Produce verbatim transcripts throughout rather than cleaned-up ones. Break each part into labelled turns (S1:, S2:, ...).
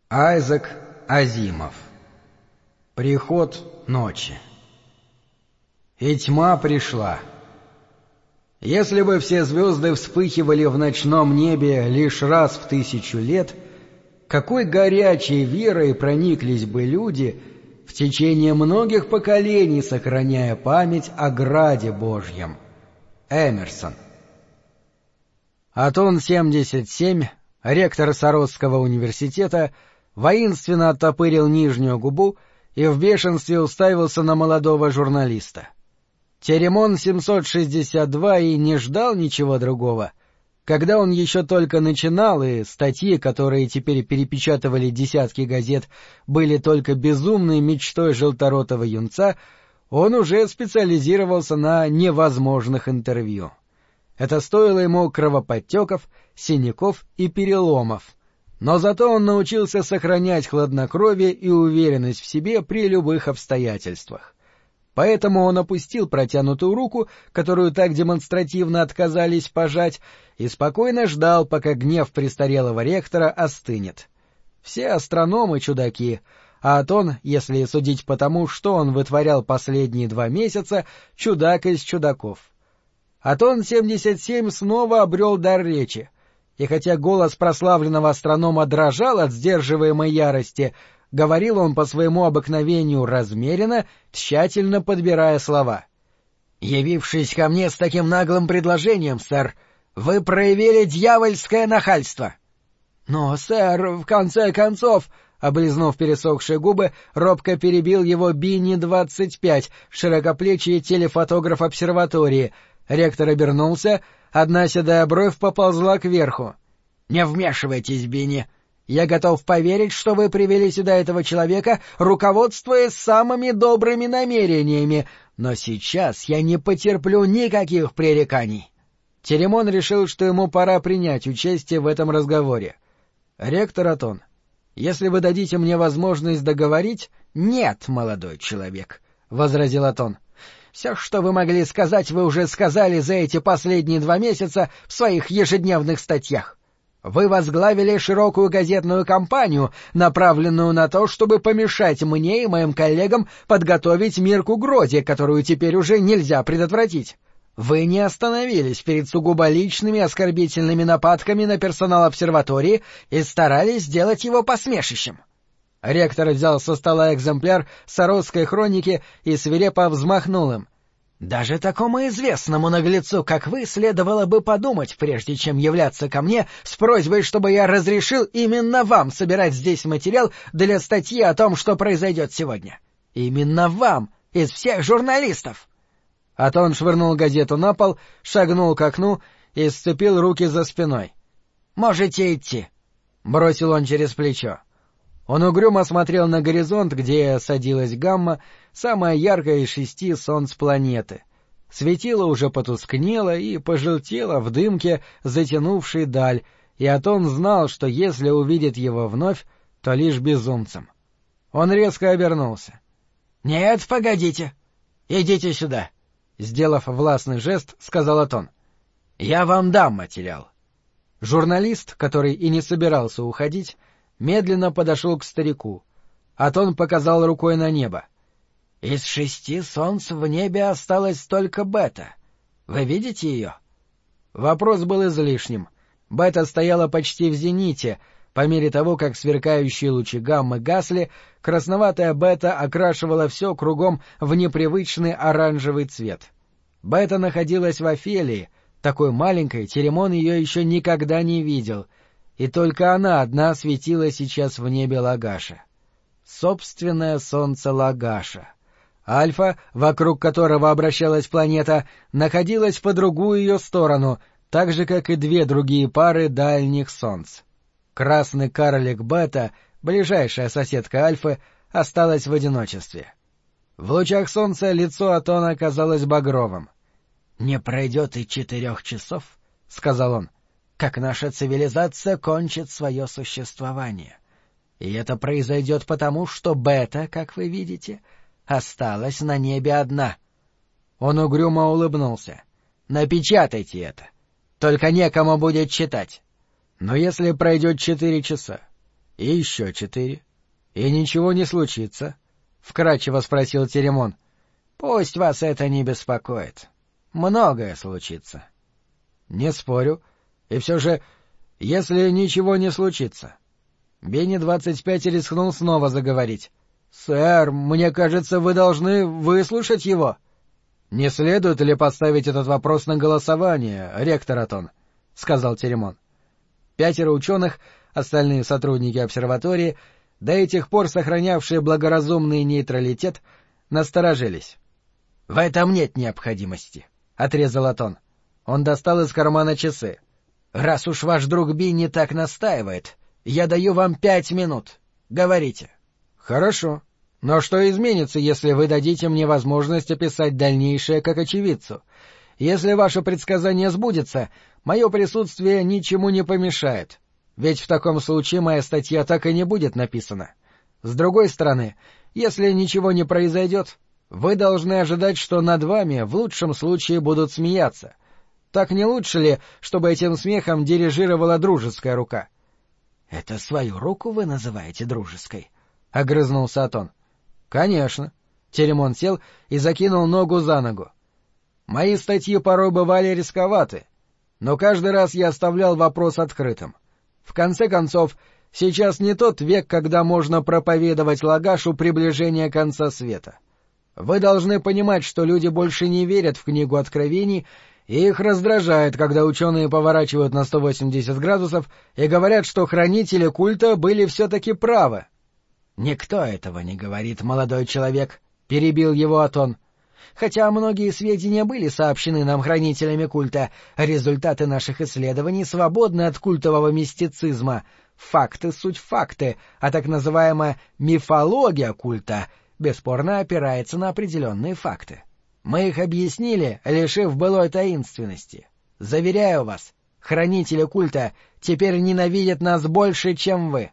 S1: Айзек Азимов. Приход ночи. И тьма пришла. Если бы все звезды вспыхивали в ночном небе лишь раз в тысячу лет, какой горячей верой прониклись бы люди, в течение многих поколений сохраняя память о Граде Божьем. Эмерсон. Атон семьдесят семь, ректор Соросского университета, воинственно оттопырил нижнюю губу и в бешенстве уставился на молодого журналиста. Теремон семьсот шестьдесят два и не ждал ничего другого. Когда он еще только начинал, и статьи, которые теперь перепечатывали десятки газет, были только безумной мечтой желторотого юнца, он уже специализировался на невозможных интервью. Это стоило ему кровоподтеков, синяков и переломов. Но зато он научился сохранять хладнокровие и уверенность в себе при любых обстоятельствах. Поэтому он опустил протянутую руку, которую так демонстративно отказались пожать, и спокойно ждал, пока гнев престарелого ректора остынет. Все астрономы чудаки, а Атон, если судить по тому, что он вытворял последние два месяца, чудак из чудаков. Атон семьдесят семь снова обрел дар речи, и хотя голос прославленного астронома дрожал от сдерживаемой ярости, говорил он по своему обыкновению размеренно, тщательно подбирая слова. «Явившись ко мне с таким наглым предложением, сэр, вы проявили дьявольское нахальство». «Но, сэр, в конце концов...» — облизнув пересохшие губы, робко перебил его Бинни двадцать пять, широкоплечий телефотограф обсерватории. Ректор обернулся, одна седая бровь поползла кверху. «Не вмешивайтесь, Бинни. Я готов поверить, что вы привели сюда этого человека, руководствуясь самыми добрыми намерениями, но сейчас я не потерплю никаких пререканий». Теремон решил, что ему пора принять участие в этом разговоре. «Ректор Атон, если вы дадите мне возможность договорить...» «Нет, молодой человек», — возразил Атон. «Все, что вы могли сказать, вы уже сказали за эти последние два месяца в своих ежедневных статьях. Вы возглавили широкую газетную кампанию, направленную на то, чтобы помешать мне и моим коллегам подготовить мир к угрозе, которую теперь уже нельзя предотвратить. Вы не остановились перед сугубо личными оскорбительными нападками на персонал обсерватории и старались сделать его посмешищем». Ректор взял со стола экземпляр Соросской хроники и свирепо взмахнул им. «Даже такому известному наглецу, как вы, следовало бы подумать, прежде чем являться ко мне с просьбой, чтобы я разрешил именно вам собирать здесь материал для статьи о том, что произойдет сегодня. Именно вам, из всех журналистов!» Атон швырнул газету на пол, шагнул к окну и сцепил руки за спиной. «Можете идти», — бросил он через плечо. Он угрюмо смотрел на горизонт, где садилась гамма, самая яркая из шести солнц планеты. Светило уже потускнело и пожелтело в дымке, затянувшей даль, и Атон знал, что если увидит его вновь, то лишь безумцем. Он резко обернулся. — Нет, погодите. Идите сюда. Сделав властный жест, сказал Атон. — Я вам дам материал. Журналист, который и не собирался уходить, медленно подошел к старику. Атон показал рукой на небо. — Из шести солнц в небе осталась только Бета. Вы видите ее? Вопрос был излишним. Бета стояла почти в зените. По мере того, как сверкающие лучи гаммы гасли, красноватая Бета окрашивала все кругом в непривычный оранжевый цвет. Бета находилась в Офелии. Такой маленькой Теремон ее еще никогда не видел — и только она одна светила сейчас в небе Лагаша. Собственное солнце Лагаша. Альфа, вокруг которого обращалась планета, находилась по другую ее сторону, так же, как и две другие пары дальних солнц. Красный карлик Бета, ближайшая соседка Альфы, осталась в одиночестве. В лучах солнца лицо Атона казалось багровым. — Не пройдет и четырех часов, — сказал он, — как наша цивилизация кончит свое существование. И это произойдет потому, что Бета, как вы видите, осталась на небе одна. Он угрюмо улыбнулся. Напечатайте это. Только некому будет читать. Но если пройдет четыре часа, — И еще четыре. — И ничего не случится? — вкратчиво спросил Теремон. — Пусть вас это не беспокоит. Многое случится. — Не спорю. И все же, если ничего не случится... Бенни двадцать пять рискнул снова заговорить. — Сэр, мне кажется, вы должны выслушать его. — Не следует ли поставить этот вопрос на голосование, ректор Атон? — сказал Теремон. Пятеро ученых, остальные сотрудники обсерватории, до этих пор сохранявшие благоразумный нейтралитет, насторожились. — В этом нет необходимости, — отрезал Атон. Он достал из кармана часы. — Раз уж ваш друг Бинни так настаивает, я даю вам пять минут. Говорите. — Хорошо. Но что изменится, если вы дадите мне возможность описать дальнейшее как очевидцу? Если ваше предсказание сбудется, мое присутствие ничему не помешает, ведь в таком случае моя статья так и не будет написана. С другой стороны, если ничего не произойдет, вы должны ожидать, что над вами в лучшем случае будут смеяться. Так не лучше ли, чтобы этим смехом дирижировала дружеская рука? — Это свою руку вы называете дружеской? — огрызнулся Атон. — Конечно. Теремон сел и закинул ногу за ногу. Мои статьи порой бывали рисковаты, но каждый раз я оставлял вопрос открытым. В конце концов, сейчас не тот век, когда можно проповедовать Лагашу приближение конца света. Вы должны понимать, что люди больше не верят в книгу Откровений, и их раздражает, когда ученые поворачивают на сто восемьдесят градусов и говорят, что хранители культа были все-таки правы. — Никто этого не говорит, молодой человек, — перебил его Атон. — Хотя многие сведения были сообщены нам хранителями культа, результаты наших исследований свободны от культового мистицизма. Факты — суть факты, а так называемая мифология культа бесспорно опирается на определенные факты. Мы их объяснили, лишив былой таинственности. Заверяю вас, хранители культа теперь ненавидят нас больше, чем вы.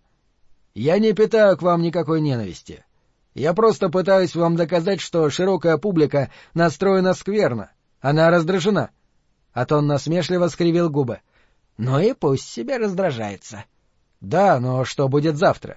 S1: Я не питаю к вам никакой ненависти. Я просто пытаюсь вам доказать, что широкая публика настроена скверно. Она раздражена. Атон насмешливо скривил губы. Ну и пусть себе раздражается. Да, но что будет завтра?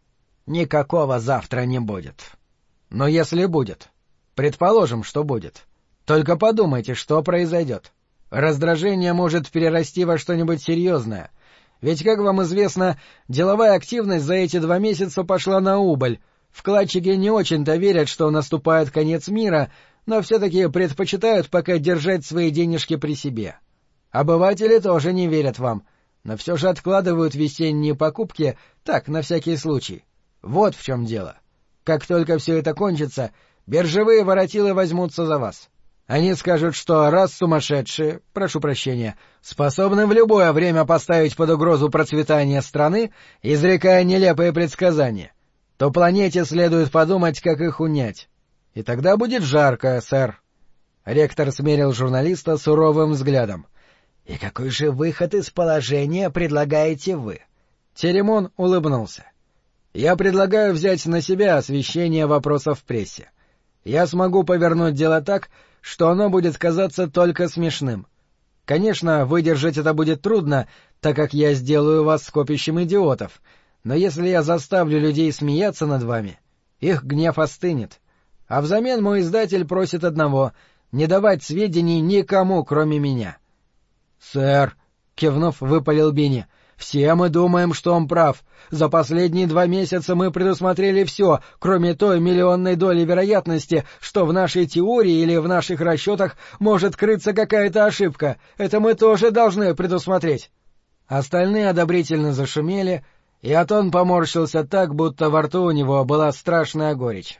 S1: Никакого завтра не будет. Но если будет... Предположим, что будет. Только подумайте, что произойдет. Раздражение может перерасти во что-нибудь серьезное. Ведь, как вам известно, деловая активность за эти два месяца пошла на убыль. Вкладчики не очень-то верят, что наступает конец мира, но все-таки предпочитают пока держать свои денежки при себе. Обыватели тоже не верят вам, но все же откладывают весенние покупки, так, на всякий случай. Вот в чем дело. Как только все это кончится... Биржевые воротилы возьмутся за вас. Они скажут, что раз сумасшедшие, прошу прощения, способны в любое время поставить под угрозу процветание страны, изрекая нелепые предсказания, то планете следует подумать, как их унять. И тогда будет жарко, сэр. Ректор смерил журналиста суровым взглядом. — И какой же выход из положения предлагаете вы? Теремон улыбнулся. — Я предлагаю взять на себя освещение вопросов в прессе. Я смогу повернуть дело так, что оно будет казаться только смешным. Конечно, выдержать это будет трудно, так как я сделаю вас скопищем идиотов, но если я заставлю людей смеяться над вами, их гнев остынет. А взамен мой издатель просит одного — не давать сведений никому, кроме меня. — Сэр, — кивнув, выпалил Бинни, — все мы думаем, что он прав. За последние два месяца мы предусмотрели все, кроме той миллионной доли вероятности, что в нашей теории или в наших расчетах может крыться какая-то ошибка. Это мы тоже должны предусмотреть. Остальные одобрительно зашумели, и Атон поморщился так, будто во рту у него была страшная горечь.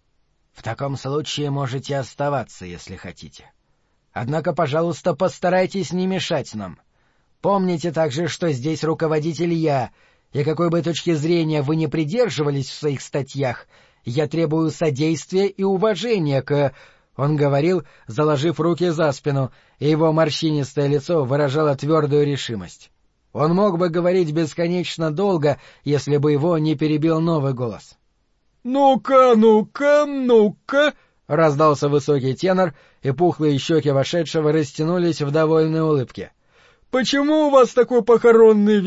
S1: — В таком случае можете оставаться, если хотите. Однако, пожалуйста, постарайтесь не мешать нам. Помните также, что здесь руководитель я, и какой бы точки зрения вы ни придерживались в своих статьях, я требую содействия и уважения к... Он говорил, заложив руки за спину, и его морщинистое лицо выражало твердую решимость. Он мог бы говорить бесконечно долго, если бы его не перебил новый голос. — Ну-ка, ну-ка, ну-ка! — раздался высокий тенор, и пухлые щеки вошедшего растянулись в довольной улыбке. — Почему у вас такой похоронный вид?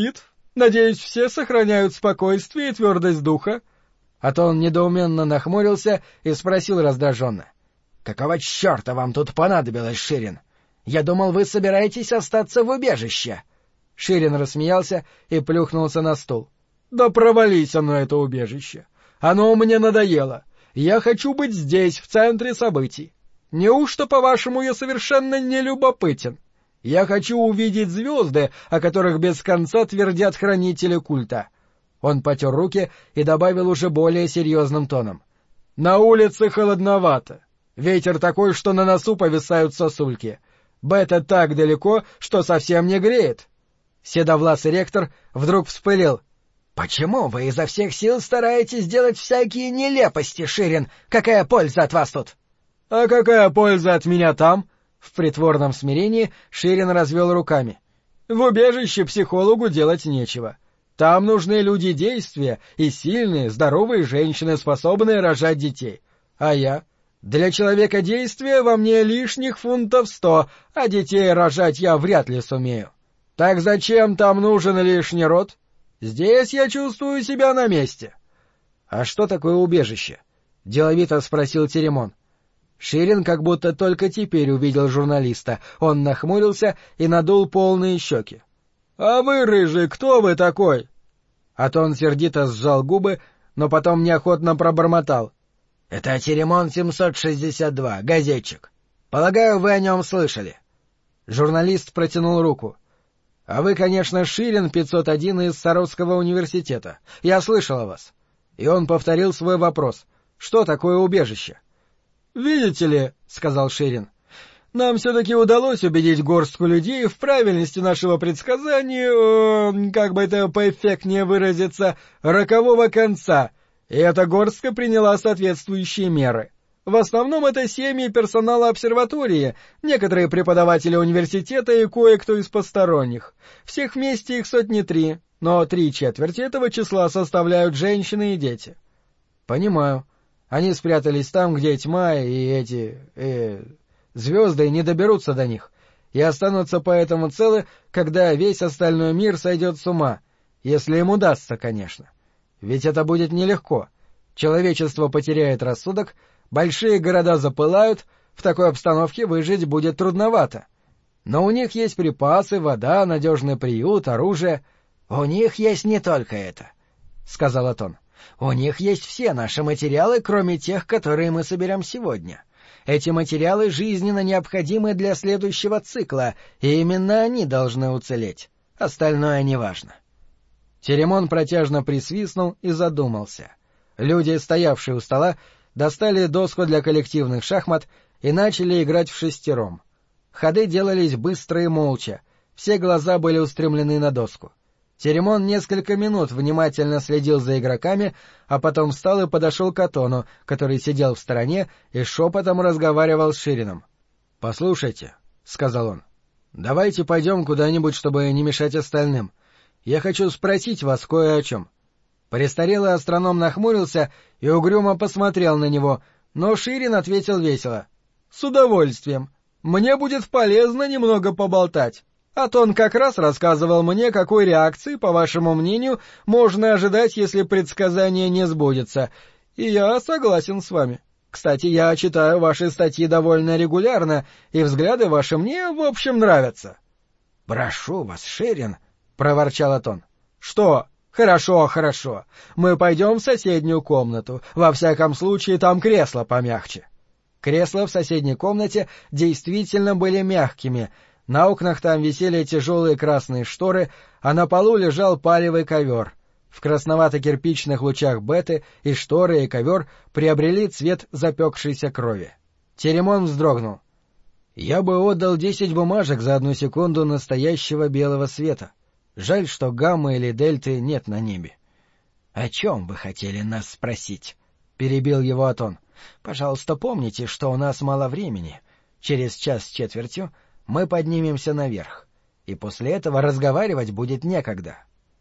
S2: Надеюсь, все сохраняют спокойствие и твердость духа?»
S1: Атон недоуменно нахмурился и спросил раздраженно. — Какого черта вам тут понадобилось, Ширин? Я думал, вы собираетесь остаться в убежище. Ширин рассмеялся и плюхнулся на стул. — Да провались оно, это убежище! Оно мне надоело. Я хочу быть здесь, в центре событий. Неужто, по-вашему, я совершенно не любопытен? Я хочу увидеть звезды, о которых без конца твердят хранители культа. Он потер руки и добавил уже более серьезным тоном. — На улице холодновато. Ветер такой, что на носу повисают сосульки. Бета так далеко, что совсем не греет. Седовласый ректор вдруг вспылил. — Почему вы изо всех сил стараетесь делать всякие нелепости, Ширин? Какая польза от вас тут? — А какая польза от меня там? В притворном смирении Ширин развел руками. — В убежище психологу делать нечего. Там нужны люди действия и сильные, здоровые женщины, способные рожать детей. А я? Для человека действия во мне лишних фунтов сто, а детей рожать я вряд ли сумею. Так зачем там нужен лишний род? Здесь я чувствую себя на месте. — А что такое убежище? — деловито спросил Теремон. Ширин как будто только теперь увидел журналиста. Он нахмурился и надул полные щеки. — А вы, рыжий, кто вы такой? Атон сердито сжал губы, но потом неохотно пробормотал. — Это Теремон семьсот шестьдесят два, газетчик. Полагаю, вы о нем слышали. Журналист протянул руку. — А вы, конечно, Ширин пятьсот один из Саровского университета. Я слышал о вас. И он повторил свой вопрос. Что такое убежище? — Видите ли, — сказал Ширин, — нам все-таки удалось убедить горстку людей в правильности нашего предсказания, э, как бы это поэффектнее выразиться, рокового конца, и эта горстка приняла соответствующие меры. В основном это семьи персонала обсерватории, некоторые преподаватели университета и кое-кто из посторонних. Всех вместе их сотни три, но три четверти этого числа составляют женщины и дети. — Понимаю. Они спрятались там, где тьма и эти... э... звезды не доберутся до них и останутся поэтому целы, когда весь остальной мир сойдет с ума, если им удастся, конечно. Ведь это будет нелегко. Человечество потеряет рассудок, большие города запылают, в такой обстановке выжить будет трудновато. Но у них есть припасы, вода, надежный приют, оружие. — У них есть не только это, — сказал Атон. — У них есть все наши материалы, кроме тех, которые мы соберем сегодня. Эти материалы жизненно необходимы для следующего цикла, и именно они должны уцелеть. Остальное неважно. Теремон протяжно присвистнул и задумался. Люди, стоявшие у стола, достали доску для коллективных шахмат и начали играть в шестером. Ходы делались быстро и молча, все глаза были устремлены на доску. Теремон несколько минут внимательно следил за игроками, а потом встал и подошел к Атону, который сидел в стороне и шепотом разговаривал с Ширином. — Послушайте, — сказал он, — давайте пойдем куда-нибудь, чтобы не мешать остальным. Я хочу спросить вас кое о чем. Престарелый астроном нахмурился и угрюмо посмотрел на него, но Ширин ответил весело. — С удовольствием. Мне будет полезно немного поболтать. Атон как раз рассказывал мне, какой реакции, по вашему мнению, можно ожидать, если предсказание не сбудется, и я согласен с вами. Кстати, я читаю ваши статьи довольно регулярно, и взгляды ваши мне, в общем, нравятся. — Прошу вас, Ширин, — проворчал Атон. — Что? Хорошо, хорошо. Мы пойдем в соседнюю комнату. Во всяком случае, там кресла помягче. Кресла в соседней комнате действительно были мягкими. На окнах там висели тяжелые красные шторы, а на полу лежал палевый ковер. В красновато-кирпичных лучах беты и шторы, и ковер приобрели цвет запекшейся крови. Теремон вздрогнул. — Я бы отдал десять бумажек за одну секунду настоящего белого света. Жаль, что гамма или дельты нет на небе. — О чем вы хотели нас спросить? — перебил его Атон. — Пожалуйста, помните, что у нас мало времени. Через час с четвертью мы поднимемся наверх, и после этого разговаривать будет некогда.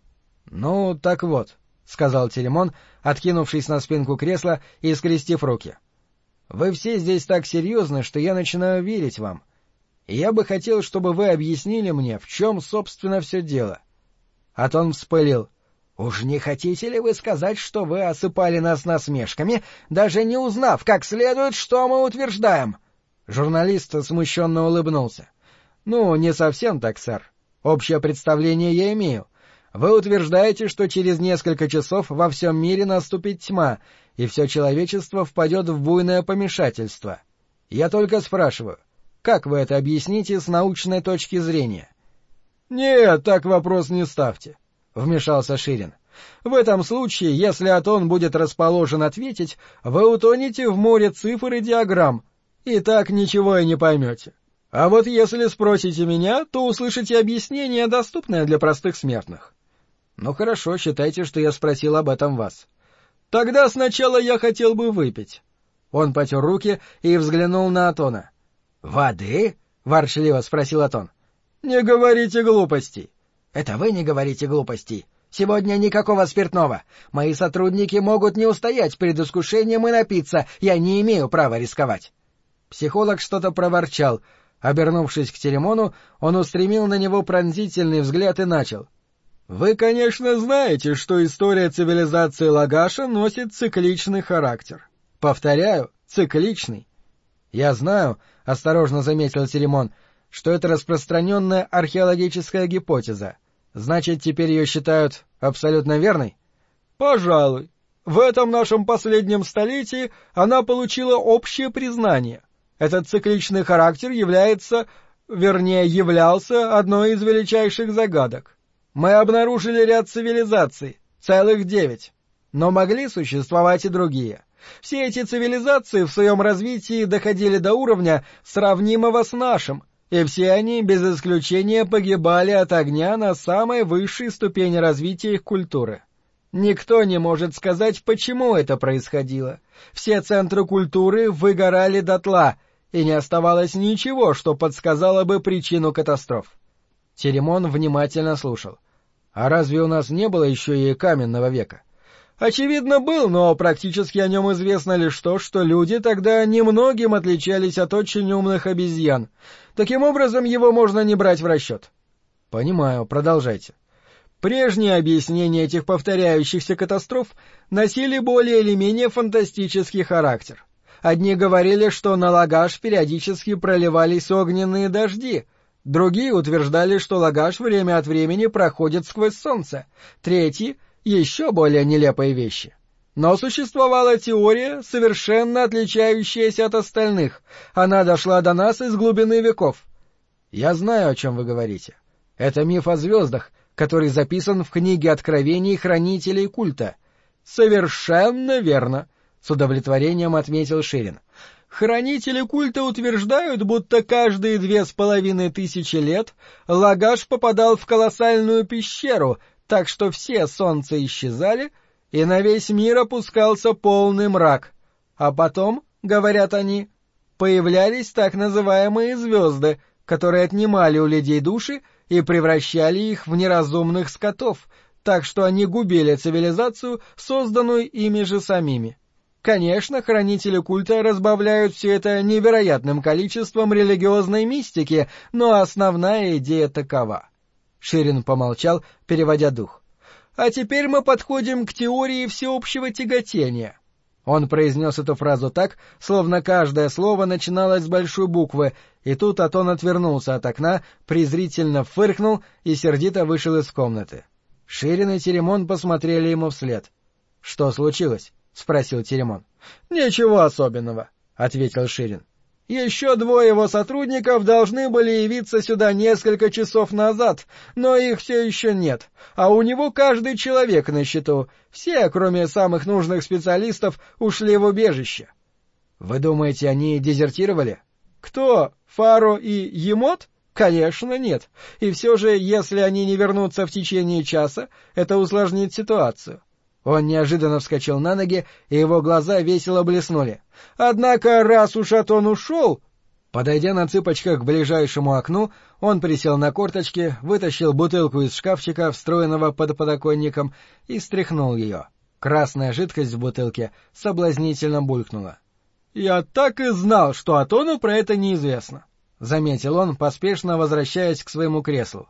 S1: — Ну, так вот, — сказал Теремон, откинувшись на спинку кресла и скрестив руки. — Вы все здесь так серьезны, что я начинаю верить вам. И я бы хотел, чтобы вы объяснили мне, в чем, собственно, все дело. Атон вспылил. «Уж не хотите ли вы сказать, что вы осыпали нас насмешками, даже не узнав как следует, что мы утверждаем?» Журналист смущенно улыбнулся. «Ну, не совсем так, сэр. Общее представление я имею. Вы утверждаете, что через несколько часов во всем мире наступит тьма, и все человечество впадет в буйное помешательство. Я только спрашиваю, как вы это объясните с научной точки зрения?» «Нет, так вопрос не ставьте», — вмешался Ширин. «В этом случае, если Атон будет расположен ответить, вы утонете в море цифр и диаграмм, и так ничего и не поймете. А вот если спросите меня, то услышите объяснение, доступное для простых смертных». «Ну хорошо, считайте, что я спросил об этом вас». «Тогда сначала я хотел бы выпить». Он потер руки и взглянул на Атона. «Воды?» — ворчливо спросил Атон. «Не говорите глупостей». «Это вы не говорите глупостей. Сегодня никакого спиртного. Мои сотрудники могут не устоять перед искушением и напиться. Я не имею права рисковать». Психолог что-то проворчал. Обернувшись к Теремону, он устремил на него пронзительный взгляд и начал. «Вы, конечно, знаете, что история цивилизации Лагаша носит цикличный характер. Повторяю, цикличный». «Я знаю», — осторожно заметил Теремон, — «что это распространенная археологическая гипотеза. Значит, теперь ее считают абсолютно верной?» «Пожалуй. В этом нашем последнем столетии она получила общее признание. Этот цикличный характер является, вернее, являлся одной из величайших загадок. Мы обнаружили ряд цивилизаций, целых девять, но могли существовать и другие. Все эти цивилизации в своем развитии доходили до уровня, сравнимого с нашим, и все они, без исключения, погибали от огня на самой высшей ступени развития их культуры. Никто не может сказать, почему это происходило. Все центры культуры выгорали дотла, и не оставалось ничего, что подсказало бы причину катастроф». Теремон внимательно слушал. «А разве у нас не было еще и каменного века?» «Очевидно, был, но практически о нем известно лишь то, что люди тогда немногим отличались от очень умных обезьян. Таким образом, его можно не брать в расчет». «Понимаю, продолжайте». Прежние объяснения этих повторяющихся катастроф носили более или менее фантастический характер. Одни говорили, что на Лагаш периодически проливались огненные дожди, другие утверждали, что Лагаш время от времени проходит сквозь солнце, третьи — еще более нелепые вещи. Но существовала теория, совершенно отличающаяся от остальных. Она дошла до нас из глубины веков. Я знаю, о чем вы говорите. Это миф о звездах, который записан в книге Откровений хранителей культа. Совершенно верно, с удовлетворением отметил Ширин. Хранители культа утверждают, будто каждые две с половиной тысячи лет Лагаш попадал в колоссальную пещеру, так что все солнца исчезали, и на весь мир опускался полный мрак. А потом, говорят они, появлялись так называемые звезды, которые отнимали у людей души и превращали их в неразумных скотов, так что они губили цивилизацию, созданную ими же самими. Конечно, хранители культа разбавляют все это невероятным количеством религиозной мистики, но основная идея такова. Ширин помолчал, переводя дух. А теперь мы подходим к теории всеобщего тяготения. Он произнес эту фразу так, словно каждое слово начиналось с большой буквы, и тут Атон отвернулся от окна, презрительно фыркнул и сердито вышел из комнаты. Ширин и Теремон посмотрели ему вслед. — Что случилось? — спросил Теремон. — Ничего особенного, — ответил Ширин. — Еще двое его сотрудников должны были явиться сюда несколько часов назад, но их все еще нет, а у него каждый человек на счету. Все, кроме самых нужных специалистов, ушли в убежище. — Вы думаете, они дезертировали? — Кто? Фаро и Емот? Конечно, нет. И все же, если они не вернутся в течение часа, это усложнит ситуацию. Он неожиданно вскочил на ноги, и его глаза весело блеснули. «Однако, раз уж Атон ушел...» Подойдя на цыпочках к ближайшему окну, он присел на корточки, вытащил бутылку из шкафчика, встроенного под подоконником, и стряхнул ее. Красная жидкость в бутылке соблазнительно булькнула. «Я так и знал, что Атону про это неизвестно», — заметил он, поспешно возвращаясь к своему креслу.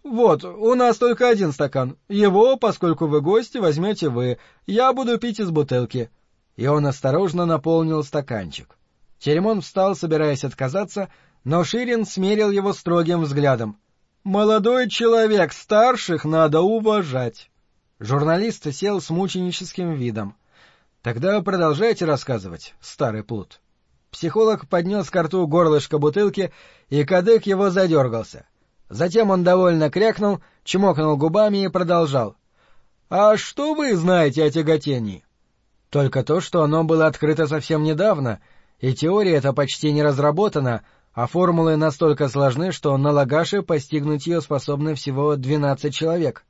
S2: Вот, у нас только один стакан. Его, поскольку вы гости, возьмете вы. Я буду пить из бутылки».
S1: И он осторожно наполнил стаканчик. Теремон встал, собираясь отказаться, но Ширин смерил его строгим взглядом.
S2: «Молодой человек, старших надо уважать».
S1: Журналист сел с мученическим видом. «Тогда продолжайте рассказывать, старый плут». Психолог поднес ко рту горлышко бутылки, и кадык его задергался. Затем он довольно крякнул, чмокнул губами и продолжал.
S2: «А что вы знаете о тяготении?»
S1: «Только то, что оно было открыто совсем недавно, и теория эта почти не разработана, а формулы настолько сложны, что на Лагаше постигнуть ее способны всего двенадцать человек».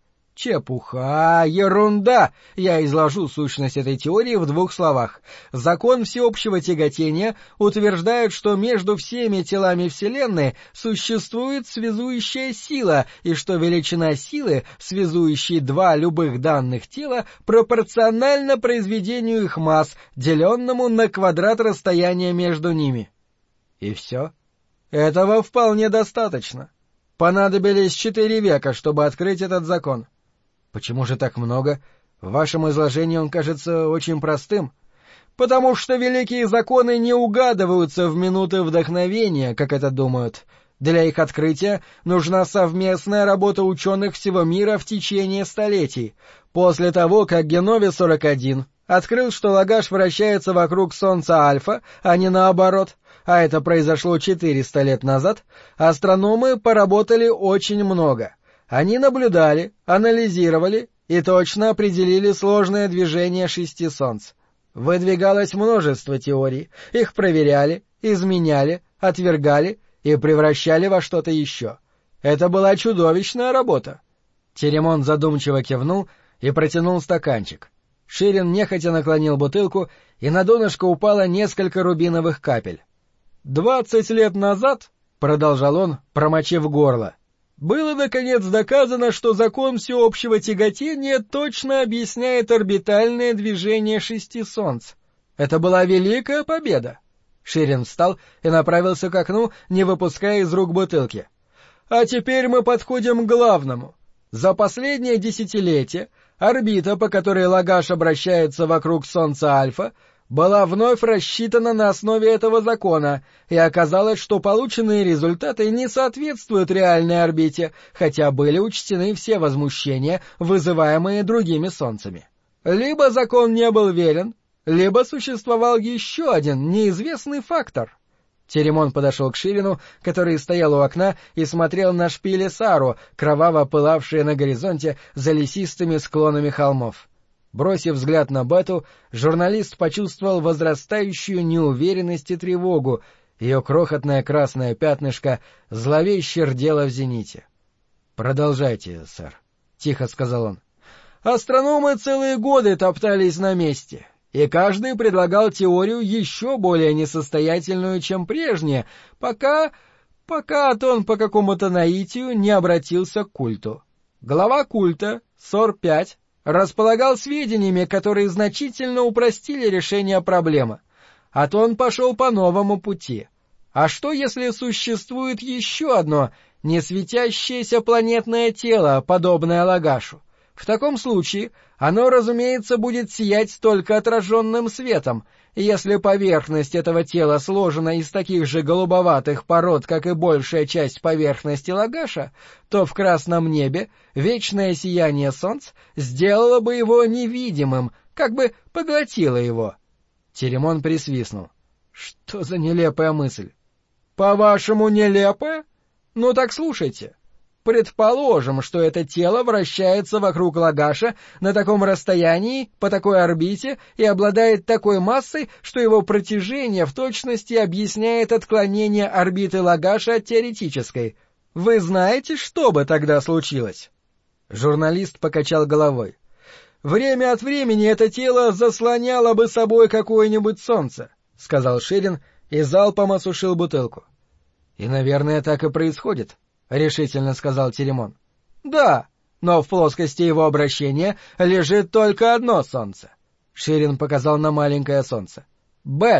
S1: «Чепуха, ерунда! Я изложу сущность этой теории в двух словах. Закон всеобщего тяготения утверждает, что между всеми телами Вселенной существует связующая сила, и что величина силы, связующей два любых данных тела, пропорциональна произведению их масс, деленному на квадрат расстояния между ними». «И все? Этого вполне достаточно. Понадобились четыре века, чтобы открыть этот закон». «Почему же так много? В вашем изложении он кажется очень простым». «Потому что великие законы не угадываются в минуты вдохновения, как это думают. Для их открытия нужна совместная работа ученых всего мира в течение столетий. После того, как Геновий сорок один открыл, что Лагаш вращается вокруг Солнца Альфа, а не наоборот, а это произошло четыреста лет назад, астрономы поработали очень много». Они наблюдали, анализировали и точно определили сложное движение шести солнц. Выдвигалось множество теорий, их проверяли, изменяли, отвергали и превращали во что-то еще. Это была чудовищная работа. Теремон задумчиво кивнул и протянул стаканчик. Ширин нехотя наклонил бутылку, и на донышко упало несколько рубиновых капель.
S2: «Двадцать лет назад, — продолжал он, промочив горло, — было, наконец, доказано, что закон всеобщего тяготения точно объясняет орбитальное движение шести солнц. Это была великая победа».
S1: Ширин встал и направился к окну, не выпуская из рук бутылки.
S2: «А теперь мы подходим к главному. За последнее десятилетие орбита, по которой Лагаш обращается вокруг Солнца Альфа, была вновь рассчитана на основе этого закона, и оказалось, что полученные результаты не соответствуют реальной орбите, хотя были учтены все возмущения, вызываемые другими солнцами. Либо закон не был верен, либо существовал еще один неизвестный фактор».
S1: Теремон подошел к Ширину, который стоял у окна и смотрел на шпили Сару, кроваво пылавшие на горизонте за лесистыми склонами холмов. Бросив взгляд на Бету, журналист почувствовал возрастающую неуверенность и тревогу, ее крохотное красное пятнышко зловеще рдело в зените. — Продолжайте, сэр, — тихо сказал он.
S2: — Астрономы целые годы топтались на месте, и каждый предлагал теорию еще более несостоятельную, чем прежняя, пока... пока Атон по какому-то наитию не обратился к культу. Глава культа, Сор пять, располагал сведениями, которые значительно упростили решение проблемы. Атон пошел по новому пути. А что, если существует еще одно несветящееся планетное тело, подобное Лагашу? В таком случае оно, разумеется, будет сиять только отраженным светом, и если поверхность этого тела сложена из таких же голубоватых пород, как и большая часть поверхности Лагаша, то в красном небе вечное сияние солнц сделало бы его невидимым, как бы поглотило его.
S1: Теремон присвистнул. — Что за нелепая мысль?
S2: — По-вашему, нелепая? Ну так слушайте. Предположим, что это тело вращается вокруг Лагаша на таком расстоянии, по такой орбите и обладает такой массой, что его протяжение в точности объясняет отклонение орбиты Лагаша от теоретической. Вы знаете, что бы тогда случилось?
S1: Журналист покачал головой.
S2: Время от времени это тело заслоняло бы собой какое-нибудь солнце, — сказал Ширин и залпом осушил бутылку.
S1: — И, наверное, так и происходит, — решительно сказал Теремон.
S2: — Да, но в плоскости его обращения лежит только одно солнце.
S1: Ширин показал на маленькое солнце.
S2: — Бета.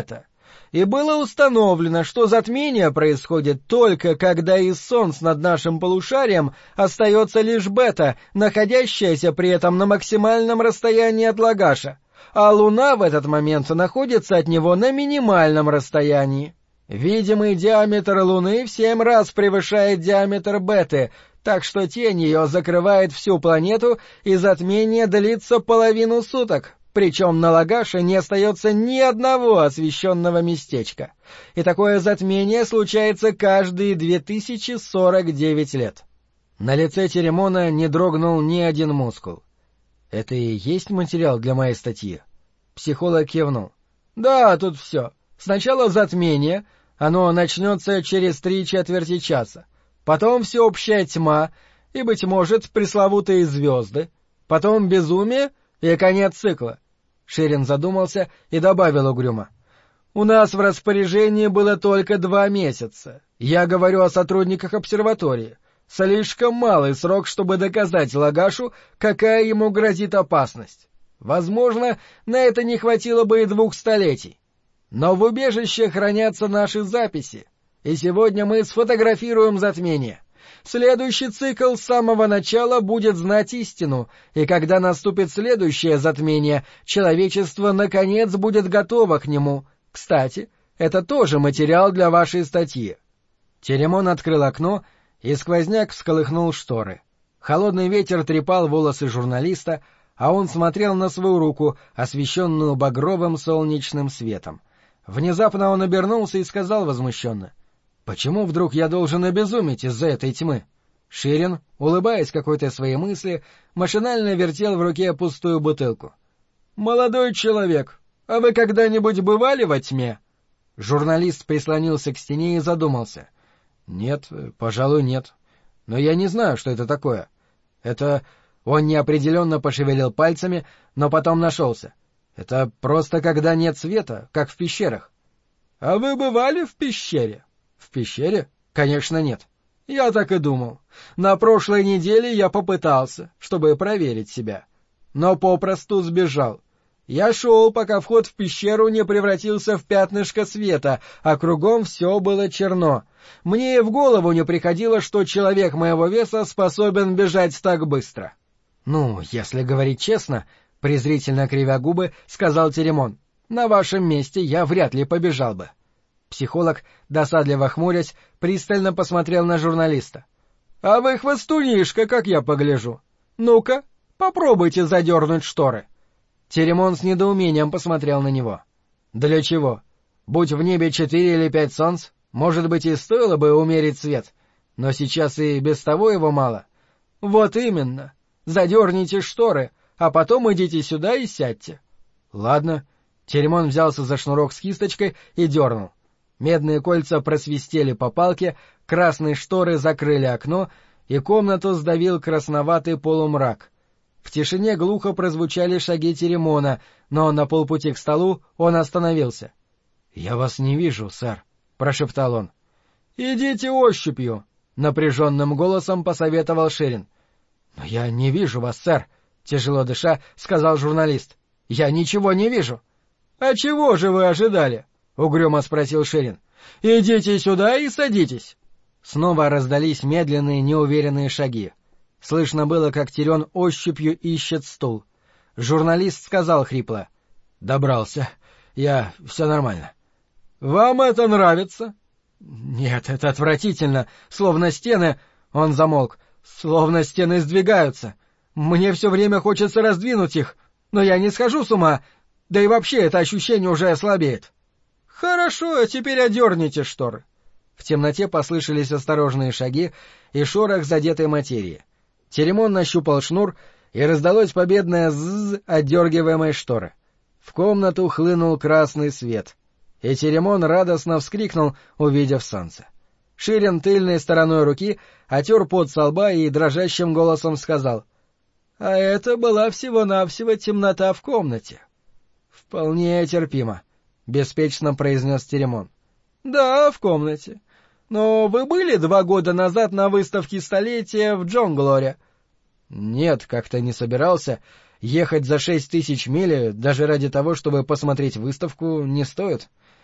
S2: и было установлено, что затмение происходит только когда из Солнца над нашим полушарием остается лишь бета, находящаяся при этом на максимальном расстоянии от Лагаша, а Луна в этот момент находится от него на минимальном расстоянии. Видимый диаметр Луны в семь раз превышает диаметр беты, так что тень ее закрывает всю планету, и затмение длится половину суток. Причем на Лагаше не остается ни одного освещенного местечка. И такое затмение случается каждые две тысячи сорок девять лет. На лице Теремона не дрогнул ни один мускул. «Это и есть материал для моей статьи?» Психолог кивнул. «Да, тут все. Сначала затмение, оно начнется через три четверти часа. Потом всеобщая тьма и, быть может, пресловутые звезды. Потом безумие и конец цикла». Ширин задумался и добавил угрюмо. «У нас в распоряжении было только два месяца. Я говорю о сотрудниках обсерватории. Слишком малый срок, чтобы доказать Лагашу, какая ему грозит опасность. Возможно, на это не хватило бы и двух столетий. Но в убежище хранятся наши записи, и сегодня мы сфотографируем затмение. Следующий цикл с самого начала будет знать истину, и когда наступит следующее затмение, человечество наконец будет готово к нему. Кстати, это тоже материал для вашей статьи». Теремон открыл окно, и сквозняк всколыхнул шторы. Холодный ветер трепал волосы журналиста, а он смотрел на свою руку, освещенную багровым солнечным светом. Внезапно он обернулся и сказал возмущенно: «Почему вдруг я должен обезуметь из-за этой тьмы?» Ширин, улыбаясь какой-то своей мысли, машинально вертел в руке пустую бутылку. «Молодой человек, а вы когда-нибудь бывали во тьме?» Журналист прислонился к стене и задумался. «Нет, пожалуй, нет. Но я не знаю, что это такое. Это...» Он неопределенно пошевелил пальцами, но потом нашелся. «Это просто когда нет света, как в пещерах». «А вы бывали в пещере?» «В пещере? Конечно, нет». «Я так и думал. На прошлой неделе я попытался, чтобы проверить себя. Но попросту сбежал. Я шел, пока вход в пещеру не превратился в пятнышко света, а кругом все было черно. Мне и в голову не приходило, что человек моего веса способен бежать так быстро». «Ну, если говорить честно», — презрительно кривя губы, сказал Теремон, — «на вашем месте я вряд ли побежал бы». Психолог, досадливо хмурясь, пристально посмотрел на журналиста. «А вы хвостунишка, как я погляжу. Ну-ка, попробуйте задернуть шторы». Теремон с недоумением посмотрел на него. «Для чего? Будь в небе четыре или пять солнц, может быть, и стоило бы умерить свет, но сейчас и без того его мало». «Вот именно. Задерните шторы, а потом идите сюда и сядьте». «Ладно». Теремон взялся за шнурок с кисточкой и дернул. Медные кольца просвистели по палке, красные шторы закрыли окно, и комнату сдавил красноватый полумрак. В тишине глухо прозвучали шаги Теремона, но на полпути к столу он остановился. — Я вас не вижу, сэр, — прошептал он. — Идите ощупью, — напряженным голосом посоветовал Ширин. — Но я не вижу вас, сэр, — тяжело дыша, сказал журналист. — Я ничего не вижу. — А чего же вы ожидали? — угрюмо спросил Ширин. — Идите сюда и садитесь. Снова раздались медленные, неуверенные шаги. Слышно было, как Терен ощупью ищет стул. Журналист сказал хрипло: — Добрался. Я... все нормально. — Вам это нравится? — Нет, это отвратительно. Словно стены... Он замолк. Словно стены сдвигаются. Мне все время хочется раздвинуть их, но я не схожу с ума. Да и вообще это ощущение уже ослабеет. — Хорошо, а теперь одерните шторы. В темноте послышались осторожные шаги и шорох задетой материи. Теремон нащупал шнур, и раздалось победное «ззз» отдергиваемой шторы. В комнату хлынул красный свет, и Теремон радостно вскрикнул, увидев солнце. Ширин тыльной стороной руки отер пот со лба и дрожащим голосом сказал: — А это была всего-навсего темнота в комнате. — Вполне терпимо, — беспечно произнес Теремон. — Да, в комнате. Но вы были два года назад на выставке столетия в Джонглоре? — Нет, как-то не собирался. Ехать за шесть тысяч миль, даже ради того, чтобы посмотреть выставку, не стоит. —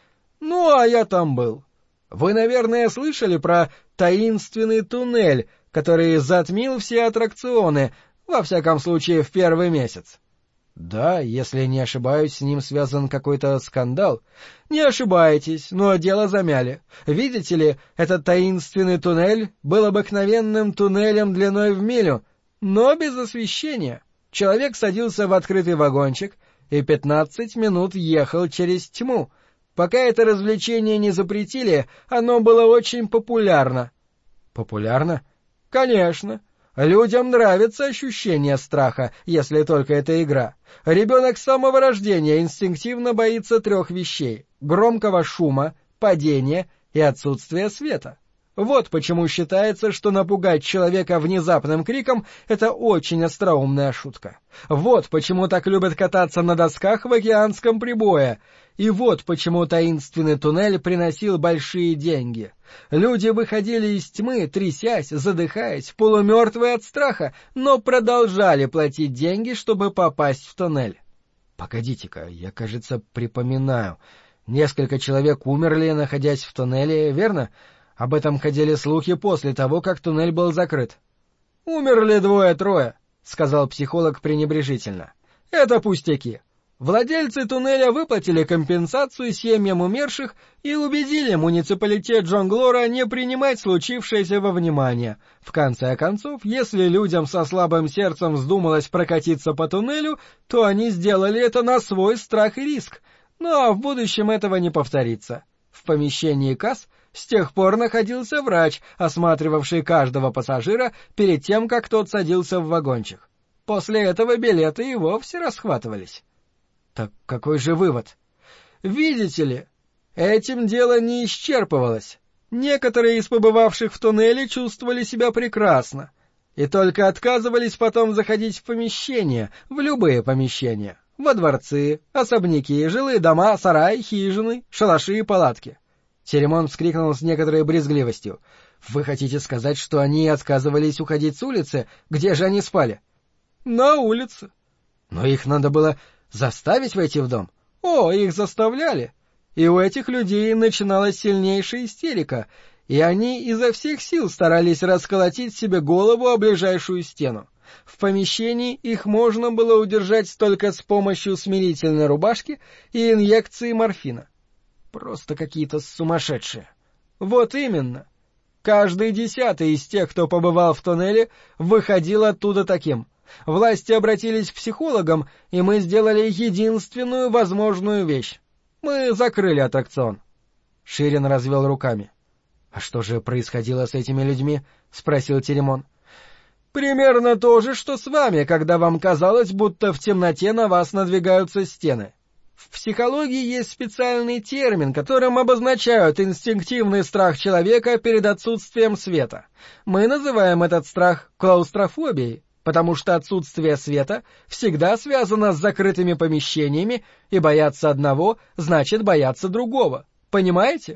S2: Ну, а я там был. Вы, наверное, слышали про таинственный туннель, который затмил все аттракционы, во всяком случае, в первый месяц.
S1: Да, если не ошибаюсь, с ним связан какой-то скандал.
S2: Не ошибаетесь, но дело замяли. Видите ли, этот таинственный туннель был обыкновенным туннелем длиной в милю, но без освещения. Человек садился в открытый вагончик и пятнадцать минут ехал через тьму. Пока это развлечение не запретили, оно было очень популярно.
S1: Популярно?
S2: Конечно. Людям нравится ощущение страха, если только это игра. Ребенок с самого рождения инстинктивно боится трех вещей — громкого шума, падения и отсутствия света. Вот почему считается, что напугать человека внезапным криком — это очень остроумная шутка. Вот почему так любят кататься на досках в океанском прибое. И вот почему таинственный туннель приносил большие деньги. Люди выходили из тьмы, трясясь, задыхаясь, полумертвые от страха, но продолжали платить деньги, чтобы попасть в туннель.
S1: Погодите-ка, я, кажется, припоминаю. Несколько человек умерли, находясь в туннеле, верно? Об этом ходили слухи после того, как туннель был закрыт.
S2: — Умерли двое-трое, — сказал психолог пренебрежительно. — Это пустяки. Владельцы туннеля выплатили компенсацию семьям умерших и убедили муниципалитет Джонглора не принимать случившееся во внимание. В конце концов, если людям со слабым сердцем вздумалось прокатиться по туннелю, то они сделали это на свой страх и риск. Ну а в будущем этого не повторится. В помещении касс с тех пор находился врач, осматривавший каждого пассажира перед тем, как тот садился в вагончик. После этого билеты и вовсе расхватывались.
S1: Так какой же вывод?
S2: Видите ли, этим дело не исчерпывалось. Некоторые из побывавших в туннеле чувствовали себя прекрасно и только отказывались потом заходить в помещения, в любые помещения, во дворцы, особняки, жилые дома, сараи, хижины, шалаши и палатки.
S1: Теремон вскрикнул с некоторой брезгливостью. «Вы хотите сказать, что они отказывались уходить с улицы? Где же они спали?»
S2: «На улице».
S1: «Но их надо было заставить войти в дом?»
S2: «О, их заставляли. И у этих людей начиналась сильнейшая истерика, и они изо всех сил старались расколотить себе голову о ближайшую стену. В помещении их можно было удержать только с помощью смирительной рубашки и инъекции морфина».
S1: Просто какие-то сумасшедшие.
S2: Вот именно. Каждый десятый из тех, кто побывал в туннеле, выходил оттуда таким. Власти обратились к психологам, и мы сделали единственную возможную вещь. Мы закрыли аттракцион.
S1: Ширин развел руками. — А что же происходило с этими людьми? — спросил Теремон.
S2: — Примерно то же, что с вами, когда вам казалось, будто в темноте на вас надвигаются стены. В психологии есть специальный термин, которым обозначают инстинктивный страх человека перед отсутствием света. Мы называем этот страх клаустрофобией, потому что отсутствие света всегда связано с закрытыми помещениями, и бояться одного значит бояться другого. Понимаете?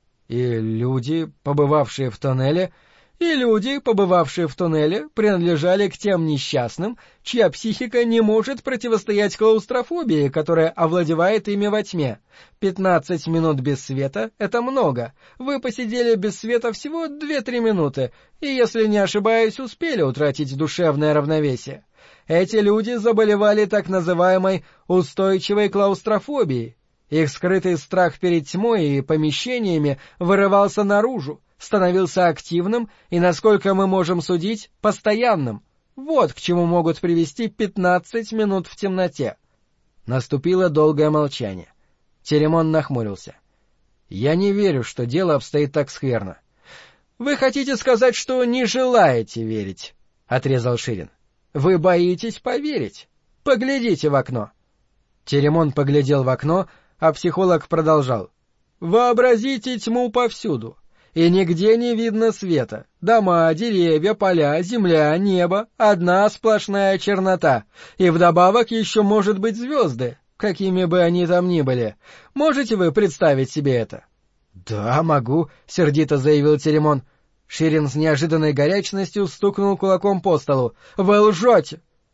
S1: И люди, побывавшие в туннеле...
S2: И люди, побывавшие в туннеле, принадлежали к тем несчастным, чья психика не может противостоять клаустрофобии, которая овладевает ими во тьме. Пятнадцать минут без света — это много. Вы посидели без света всего две-три минуты, и, если не ошибаюсь, успели утратить душевное равновесие. Эти люди заболевали так называемой устойчивой клаустрофобией. Их скрытый страх перед тьмой и помещениями вырывался наружу, становился активным и, насколько мы можем судить, постоянным. Вот к чему могут привести пятнадцать минут в темноте.
S1: Наступило долгое молчание. Теремон нахмурился. — Я не верю, что дело обстоит так скверно.
S2: — Вы хотите сказать, что не желаете верить? — отрезал Ширин. — Вы боитесь поверить. Поглядите в окно.
S1: Теремон поглядел в окно, а психолог продолжал.
S2: — Вообразите тьму повсюду. И нигде не видно света. Дома, деревья, поля, земля, небо — одна сплошная чернота. И вдобавок еще, может быть, звезды, какими бы они там ни были. Можете вы представить себе это?
S1: — Да, могу, — сердито заявил Теремон. Ширин с неожиданной горячностью стукнул кулаком по столу. — Вы лжете!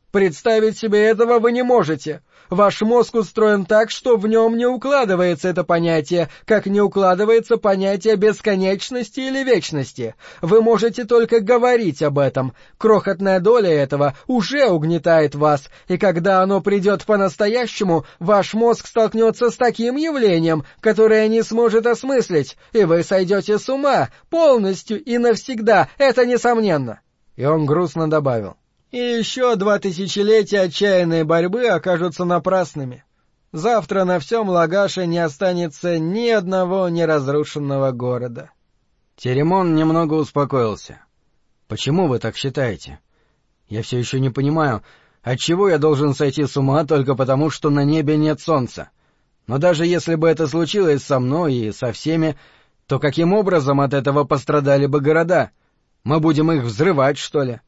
S2: Представить себе этого вы не можете. Ваш мозг устроен так, что в нем не укладывается это понятие, как не укладывается понятие бесконечности или вечности. Вы можете только говорить об этом. Крохотная доля этого уже угнетает вас, и когда оно придет по-настоящему, ваш мозг столкнется с таким явлением, которое не сможет осмыслить, и вы сойдете с ума полностью и навсегда, это несомненно.
S1: И он грустно добавил.
S2: И еще два тысячелетия отчаянной борьбы окажутся напрасными. Завтра на всем Лагаше не останется ни одного неразрушенного города.
S1: Теремон немного успокоился. Почему вы так считаете? Я все еще не понимаю, отчего я должен сойти с ума только потому, что на небе нет солнца. Но даже если бы это случилось со мной и со всеми, то каким образом от этого пострадали бы города? Мы будем их взрывать, что ли?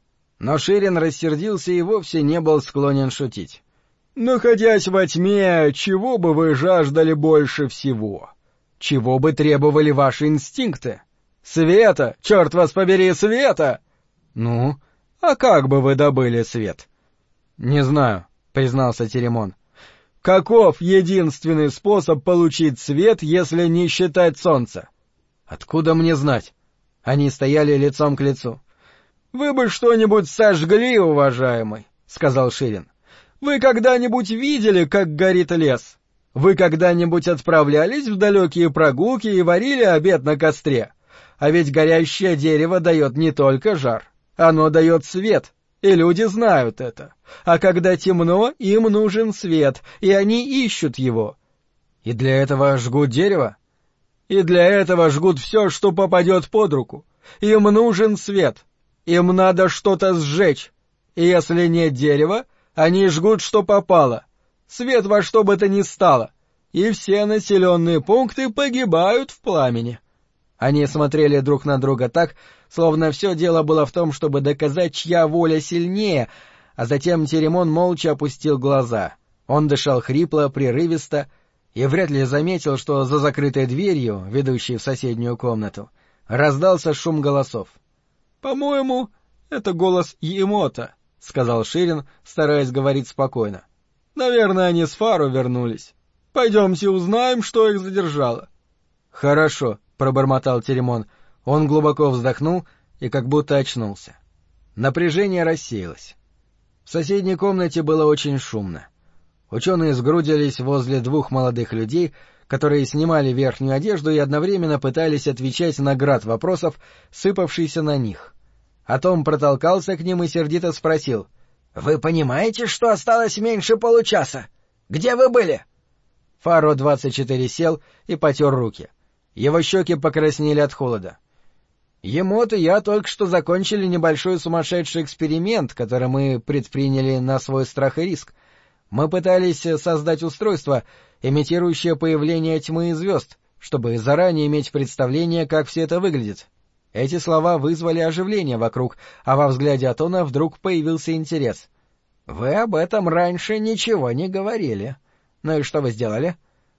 S1: Но Ширин рассердился и вовсе не был склонен шутить.
S2: «Находясь во тьме, чего бы вы жаждали больше всего? Чего бы требовали ваши инстинкты? Света! Черт вас побери, света!»
S1: «Ну?
S2: А как бы вы добыли свет?»
S1: «Не знаю», — признался Теремон.
S2: «Каков единственный способ получить свет, если не считать солнца?»
S1: «Откуда мне знать?» Они стояли лицом к лицу.
S2: «Вы бы что-нибудь сожгли, уважаемый», — сказал Ширин. «Вы когда-нибудь видели, как горит лес? Вы когда-нибудь отправлялись в далекие прогулки и варили обед на костре? А ведь горящее дерево дает не только жар, оно дает свет, и люди знают это. А когда темно, им нужен свет, и они ищут его».
S1: «И для этого жгут дерево?»
S2: «И для этого жгут все, что попадет под руку. Им нужен свет». Им надо что-то сжечь, и если нет дерева, они жгут что попало, свет во что бы то ни стало, и все населенные пункты погибают в пламени».
S1: Они смотрели друг на друга так, словно все дело было в том, чтобы доказать, чья воля сильнее, а затем Теремон молча опустил глаза. Он дышал хрипло, прерывисто, и вряд ли заметил, что за закрытой дверью, ведущей в соседнюю комнату, раздался шум голосов.
S2: «По-моему, это голос Емота», — сказал Ширин, стараясь говорить спокойно. «Наверное, они с Фару вернулись. Пойдемте узнаем, что их задержало».
S1: «Хорошо», — пробормотал Теремон. Он глубоко вздохнул и как будто очнулся. Напряжение рассеялось. В соседней комнате было очень шумно. Ученые сгрудились возле двух молодых людей, которые снимали верхнюю одежду и одновременно пытались отвечать на град вопросов, сыпавшийся на них. А Том протолкался к ним и сердито спросил. — Вы понимаете, что осталось меньше получаса? Где вы были? Фаро двадцать четыре сел и потер руки. Его щеки покраснели от холода. — Емот и я только что закончили небольшой сумасшедший эксперимент, который мы предприняли на свой страх и риск. Мы пытались создать устройство, имитирующее появление тьмы и звезд, чтобы заранее иметь представление, как все это выглядит. Эти слова вызвали оживление вокруг, а во взгляде Атона вдруг появился интерес. — Вы об этом раньше ничего не говорили. Ну и что вы сделали?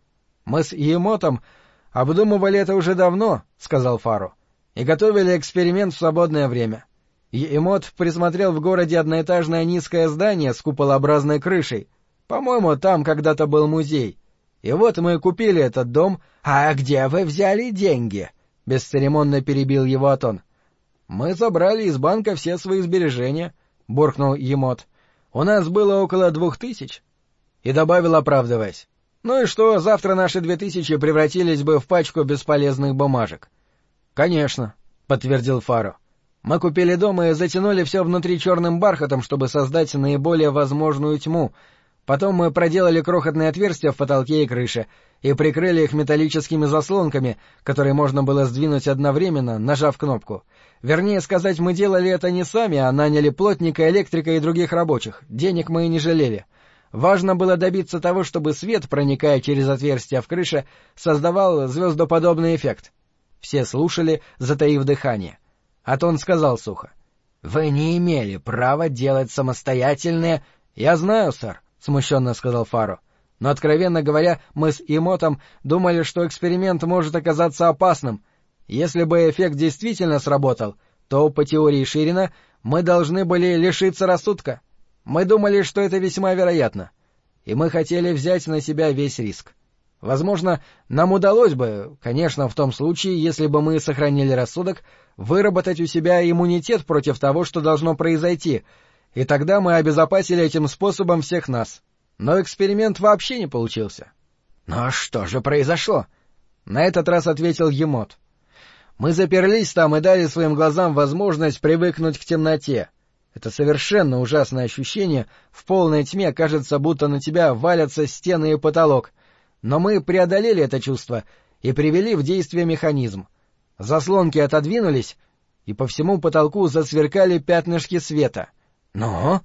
S1: — Мы с Емотом обдумывали это уже давно, — сказал Фару, — и готовили эксперимент в свободное время. Емот присмотрел в городе одноэтажное низкое здание с куполообразной крышей. По-моему, там когда-то был музей. И вот мы купили этот дом. — А где вы взяли деньги? — бесцеремонно перебил его Атон. — Мы забрали из банка все свои сбережения, — буркнул Емот. — У нас было около двух тысяч. И добавил, оправдываясь. — Ну и что, завтра наши две тысячи превратились бы в пачку бесполезных бумажек. — Конечно, — подтвердил Фаро. Мы купили дом и затянули все внутри черным бархатом, чтобы создать наиболее возможную тьму. Потом мы проделали крохотные отверстия в потолке и крыше и прикрыли их металлическими заслонками, которые можно было сдвинуть одновременно, нажав кнопку. Вернее сказать, мы делали это не сами, а наняли плотника, электрика и других рабочих. Денег мы и не жалели. Важно было добиться того, чтобы свет, проникая через отверстия в крыше, создавал звездоподобный эффект. Все слушали, затаив дыхание. Атон сказал сухо. — Вы не имели права делать самостоятельные... — Я знаю, сэр, — смущенно сказал Фаро. — Но, откровенно говоря, мы с Емотом думали, что эксперимент может оказаться опасным. Если бы эффект действительно сработал, то, по теории Ширина, мы должны были лишиться рассудка.
S2: Мы думали, что это весьма вероятно, и мы хотели взять на себя весь риск. Возможно, нам удалось бы, конечно, в том случае, если бы мы сохранили рассудок, выработать у себя иммунитет против того, что должно произойти, и тогда мы обезопасили этим способом всех нас. Но эксперимент вообще не получился. — Ну а что же произошло? — на этот раз ответил Емот. — Мы заперлись там и дали своим глазам возможность привыкнуть к темноте. Это совершенно ужасное ощущение, в полной тьме кажется, будто на тебя валятся стены и потолок. Но мы преодолели это чувство и привели в действие механизм. Заслонки отодвинулись, и по всему потолку засверкали пятнышки света. Но...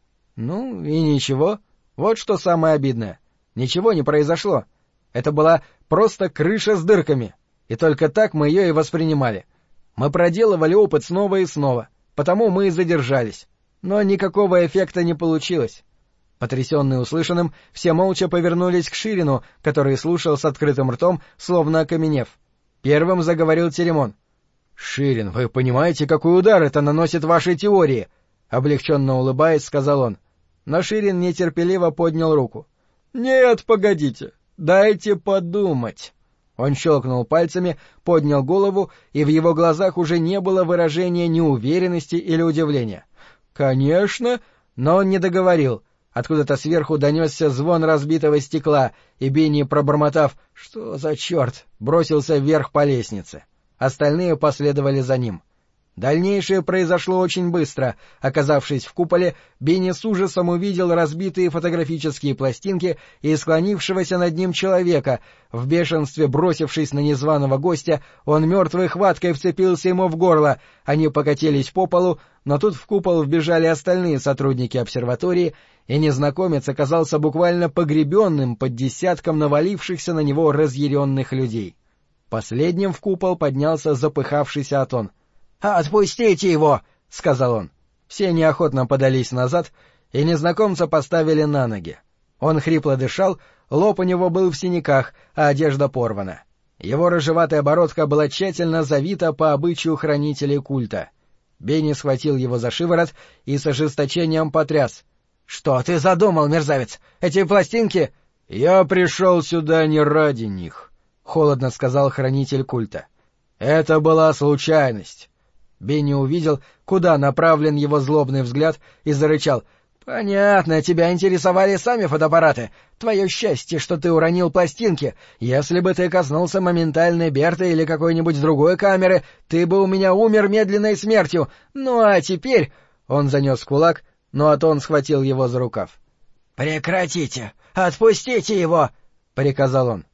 S2: Ну, и ничего. Вот что самое обидное. Ничего не произошло. Это была просто крыша с дырками, и только так мы ее и воспринимали. Мы проделывали опыт снова и снова, потому мы и задержались. Но никакого эффекта не получилось. Потрясенные услышанным, все молча повернулись к Ширину, который слушал с открытым ртом, словно окаменев. Первым заговорил Теремон. — Ширин, вы понимаете, какой удар это наносит вашей теории? — облегченно улыбаясь, сказал он. Но Ширин нетерпеливо поднял руку. — Нет, погодите, дайте подумать. Он щелкнул пальцами, поднял голову, и в его глазах уже не было выражения неуверенности или удивления. — Конечно, но он не договорил. Откуда-то сверху донесся звон разбитого стекла, и Бенни, пробормотав «Что за черт?», бросился вверх по лестнице. Остальные последовали за ним. Дальнейшее произошло очень быстро. Оказавшись в куполе, Бенни с ужасом увидел разбитые фотографические пластинки и склонившегося над ним человека. В бешенстве бросившись на незваного гостя, он мертвой хваткой вцепился ему в горло. Они покатились по полу, но тут в купол вбежали остальные сотрудники обсерватории, и незнакомец оказался буквально погребенным под десятком навалившихся на него разъяренных людей. Последним в купол поднялся запыхавшийся Атон. «Отпустите его!» — сказал он. Все неохотно подались назад, и незнакомца поставили на ноги. Он хрипло дышал, лоб у него был в синяках, а одежда порвана. Его рыжеватая бородка была тщательно завита по обычаю хранителей культа. Бенни схватил его за шиворот и с ожесточением потряс. — Что ты задумал, мерзавец? Эти пластинки... — Я пришел сюда не ради них, — холодно сказал хранитель культа. — Это была случайность. Бенни увидел, куда направлен его злобный взгляд, и зарычал. — Понятно, тебя интересовали сами фотоаппараты. Твое счастье, что ты уронил пластинки. Если бы ты коснулся моментальной Берты или какой-нибудь другой камеры, ты бы у меня умер медленной смертью. Ну а теперь... Он занес кулак, но Атон схватил его за рукав. — Прекратите! Отпустите его! — приказал он.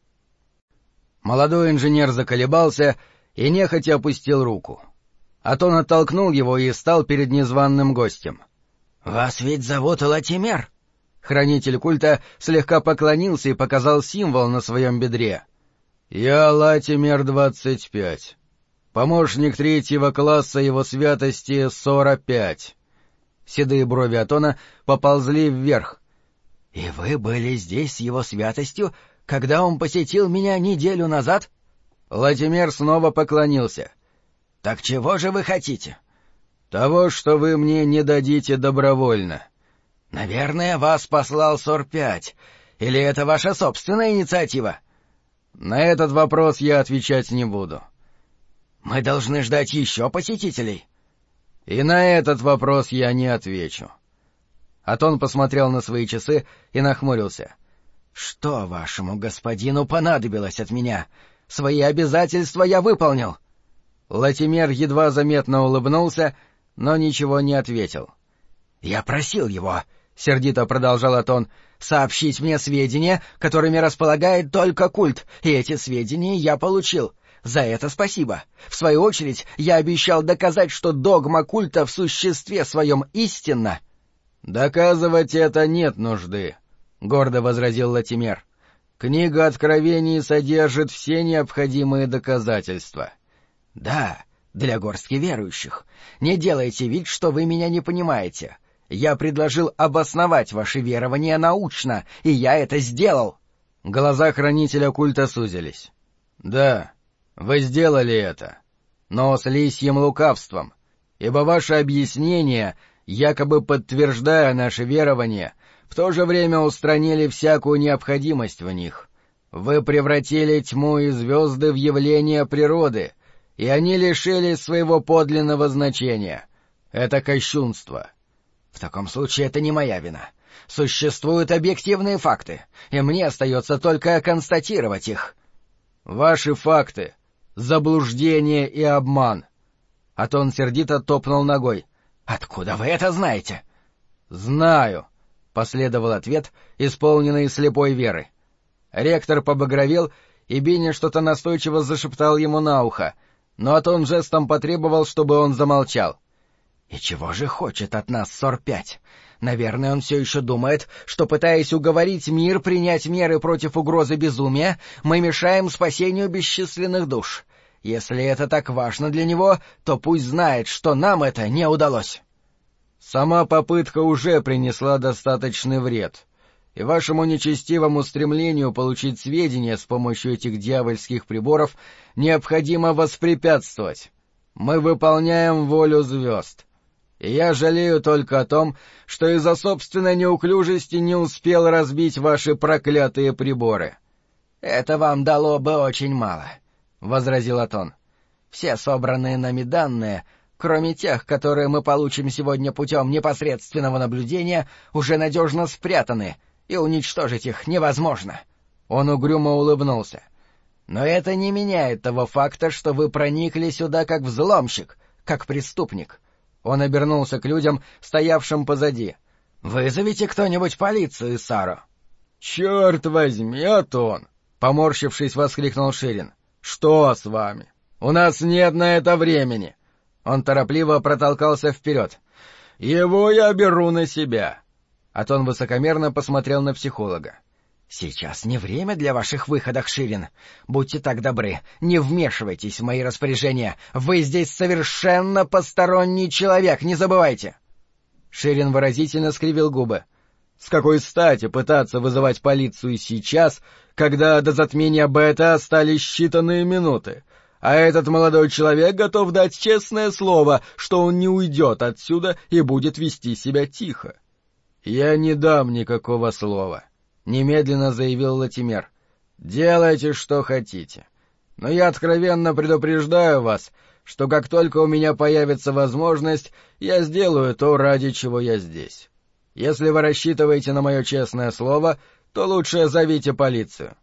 S2: Молодой инженер заколебался и нехотя опустил руку. Атон оттолкнул его и стал перед незваным гостем. — Вас ведь зовут Латимер? Хранитель культа слегка поклонился и показал символ на своем бедре. — Я Латимер двадцать пять. Помощник третьего класса его святости Сора пять. Седые брови Атона поползли вверх. — И вы были здесь с его святостью, когда он посетил меня неделю назад? Латимер снова поклонился. — Так чего же вы хотите? — Того, что вы мне не дадите добровольно. — Наверное, вас послал Сор пять. Или это ваша собственная инициатива? — На этот вопрос я отвечать не буду. — Мы должны ждать еще посетителей. — И на этот вопрос я не отвечу. Атон посмотрел на свои часы и нахмурился. — Что вашему господину понадобилось от меня? Свои обязательства я выполнил. Латимер едва заметно улыбнулся, но ничего не ответил. — Я просил его, — сердито продолжал Атон, — сообщить мне сведения, которыми располагает только культ, и эти сведения я получил. За это спасибо. В свою очередь, я обещал доказать, что догма культа в существе своем истинна. — Доказывать это нет нужды, — гордо возразил Латимер. — Книга Откровений содержит все необходимые доказательства. — Да, для горстки верующих. Не делайте вид, что вы меня не понимаете. Я предложил обосновать ваши верования научно, и я это сделал. Глаза хранителя культа сузились. — Да, вы сделали это, но с лисьим лукавством, ибо ваше объяснение
S1: якобы подтверждая наши верования, в то же время устранили всякую необходимость в них. Вы превратили тьму и звезды в явление природы, и они лишились своего подлинного значения. Это кощунство. В таком случае это не моя вина. Существуют объективные факты, и мне остается только констатировать их. Ваши факты — заблуждение и обман. Атон сердито топнул ногой. «Откуда вы это знаете?» «Знаю», — последовал ответ, исполненный слепой веры. Ректор побагровел, и Бинни что-то настойчиво зашептал ему на ухо, но Атон жестом потребовал, чтобы он замолчал. «И чего же хочет от нас Сор-пять? Наверное, он все еще думает, что, пытаясь уговорить мир принять меры против угрозы безумия, мы мешаем спасению бесчисленных душ. Если это так важно для него, то пусть знает, что нам это не удалось». «Сама попытка уже принесла достаточный вред, и вашему нечестивому стремлению получить сведения с помощью этих дьявольских приборов необходимо воспрепятствовать. Мы выполняем волю звезд. И я жалею только о том, что из-за собственной неуклюжести не успел разбить ваши проклятые приборы». «Это вам дало бы очень мало», — возразил Атон. «Все собранные нами данные, кроме тех, которые мы получим сегодня путем непосредственного наблюдения, уже надежно спрятаны, и уничтожить их невозможно». Он угрюмо улыбнулся. «Но это не меняет того факта, что вы проникли сюда как взломщик, как преступник». Он обернулся к людям, стоявшим позади. «Вызовите кто-нибудь полицию, Саро». «Черт возьми, Атон!» — поморщившись, воскликнул Ширин. «Что с вами? У нас нет на это времени!» Он торопливо протолкался вперед. «Его я беру на себя!» Атон высокомерно посмотрел на психолога. «Сейчас не время для ваших выходок, Ширин. Будьте так добры, не вмешивайтесь в мои распоряжения. Вы здесь совершенно посторонний человек, не забывайте!» Ширин выразительно скривил губы. «С какой стати пытаться вызывать полицию сейчас, когда до затмения Бета остались считанные минуты? А этот молодой человек готов дать честное слово, что он не уйдет отсюда и будет вести себя тихо». «Я не дам никакого слова», — немедленно заявил Латимер. «Делайте, что хотите. Но я откровенно предупреждаю вас, что как только у меня появится возможность, я сделаю то, ради чего я здесь. Если вы рассчитываете на мое честное слово, то лучше зовите полицию».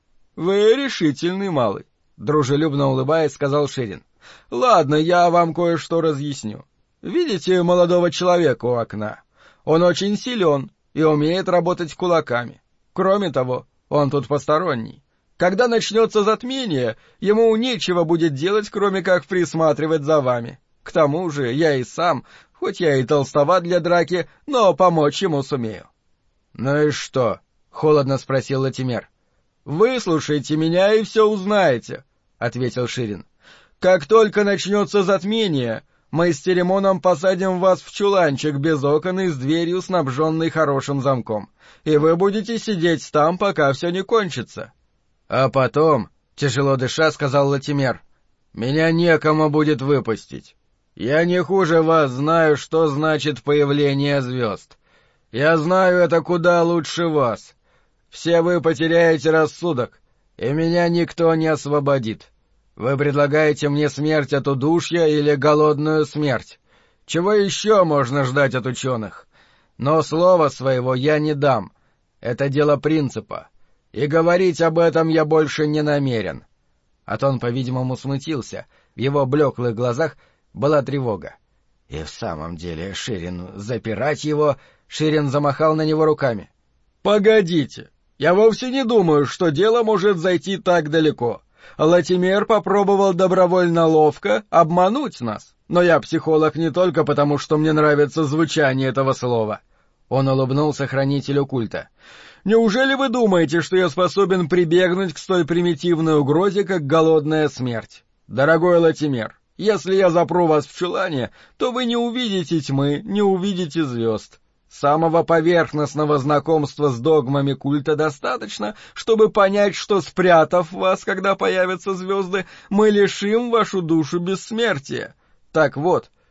S1: «Вы решительный малый», — дружелюбно улыбаясь, сказал Ширин. «Ладно, я вам кое-что разъясню. Видите молодого человека у окна? Он очень силен и умеет работать кулаками. Кроме того, он тут посторонний. Когда начнется затмение, ему нечего будет делать, кроме как присматривать за вами. К тому же я и сам, хоть я и толстоват для драки, но помочь ему сумею». «Ну и что?» — холодно спросил Латимер. «Выслушайте меня и все узнаете», — ответил Ширин. «Как только начнется затмение, мы с Теремоном посадим вас в чуланчик без окон и с дверью, снабженной хорошим замком, и вы будете сидеть там, пока все не кончится». «А потом», — тяжело дыша, сказал Латимер, — «меня некому будет выпустить. Я не хуже вас знаю, что значит появление звезд. Я знаю это куда лучше вас. Все вы потеряете рассудок, и меня никто не освободит. Вы предлагаете мне смерть от удушья или голодную смерть. Чего еще можно ждать от ученых? Но слова своего я не дам. Это дело принципа. И говорить об этом я больше не намерен». Атон, по-видимому, смутился. В его блеклых глазах была тревога. «И в самом деле, Ширин, запирать его...» Ширин замахал на него руками. «Погодите! Я вовсе не думаю, что дело может зайти так далеко. Латимер попробовал добровольно ловко обмануть нас, но я психолог не только потому, что мне нравится звучание этого слова». Он улыбнулся хранителю культа. «Неужели вы думаете, что я способен прибегнуть к столь примитивной угрозе, как голодная смерть? Дорогой Латимер, если я запру вас в чулане, то вы не увидите тьмы, не увидите звезд. Самого поверхностного знакомства с догмами культа достаточно, чтобы понять, что, спрятав вас, когда появятся звезды, мы лишим вашу душу бессмертия. Так вот,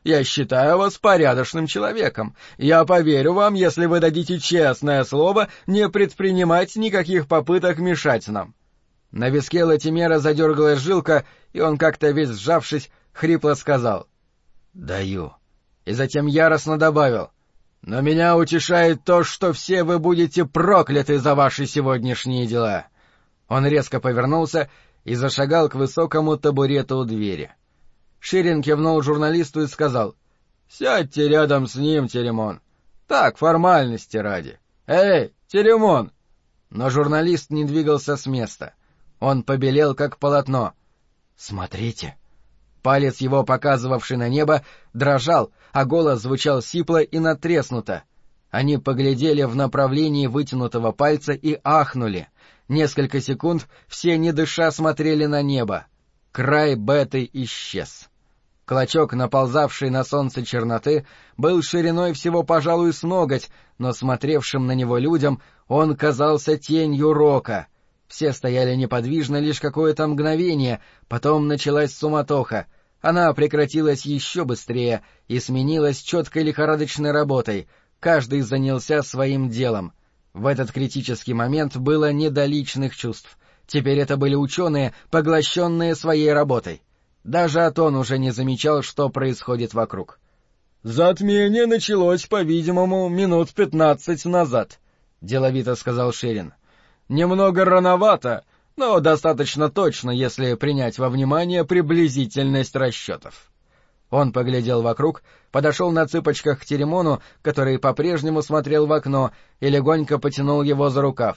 S2: Я считаю вас порядочным человеком. Я поверю вам, если вы дадите честное слово не предпринимать никаких попыток мешать нам».
S1: На виске Латимера задергалась жилка, и он, как-то весь сжавшись, хрипло сказал: «Даю». И затем яростно добавил: «Но меня утешает то, что все вы будете прокляты за ваши сегодняшние дела». Он резко повернулся и зашагал к высокому табурету у двери. Ширин кивнул журналисту и сказал: «Сядьте рядом с ним, Теремон. Так, формальности ради. Эй, Теремон!» Но журналист не двигался с места. Он побелел, как полотно. «Смотрите!» Палец его, показывавший на небо, дрожал, а голос звучал сипло и надтреснуто. Они поглядели в направлении вытянутого пальца и ахнули. Несколько секунд все, не дыша, смотрели на небо. Край беты исчез. Клочок, наползавший на солнце черноты, был шириной всего, пожалуй, с ноготь, но смотревшим на него людям он казался тенью рока. Все стояли неподвижно лишь какое-то мгновение, потом началась суматоха. Она прекратилась еще быстрее и сменилась четкой лихорадочной работой. Каждый занялся своим делом. В этот критический момент было не до личных чувств. Теперь это были ученые, поглощенные своей работой. Даже Атон уже не замечал, что происходит вокруг.
S2: «Затмение началось, по-видимому, минут пятнадцать назад», — деловито сказал Ширин. «Немного рановато, но достаточно точно, если принять во внимание приблизительность расчетов».
S1: Он поглядел вокруг, подошел на цыпочках к Теремону, который по-прежнему смотрел в окно, и легонько потянул его за рукав.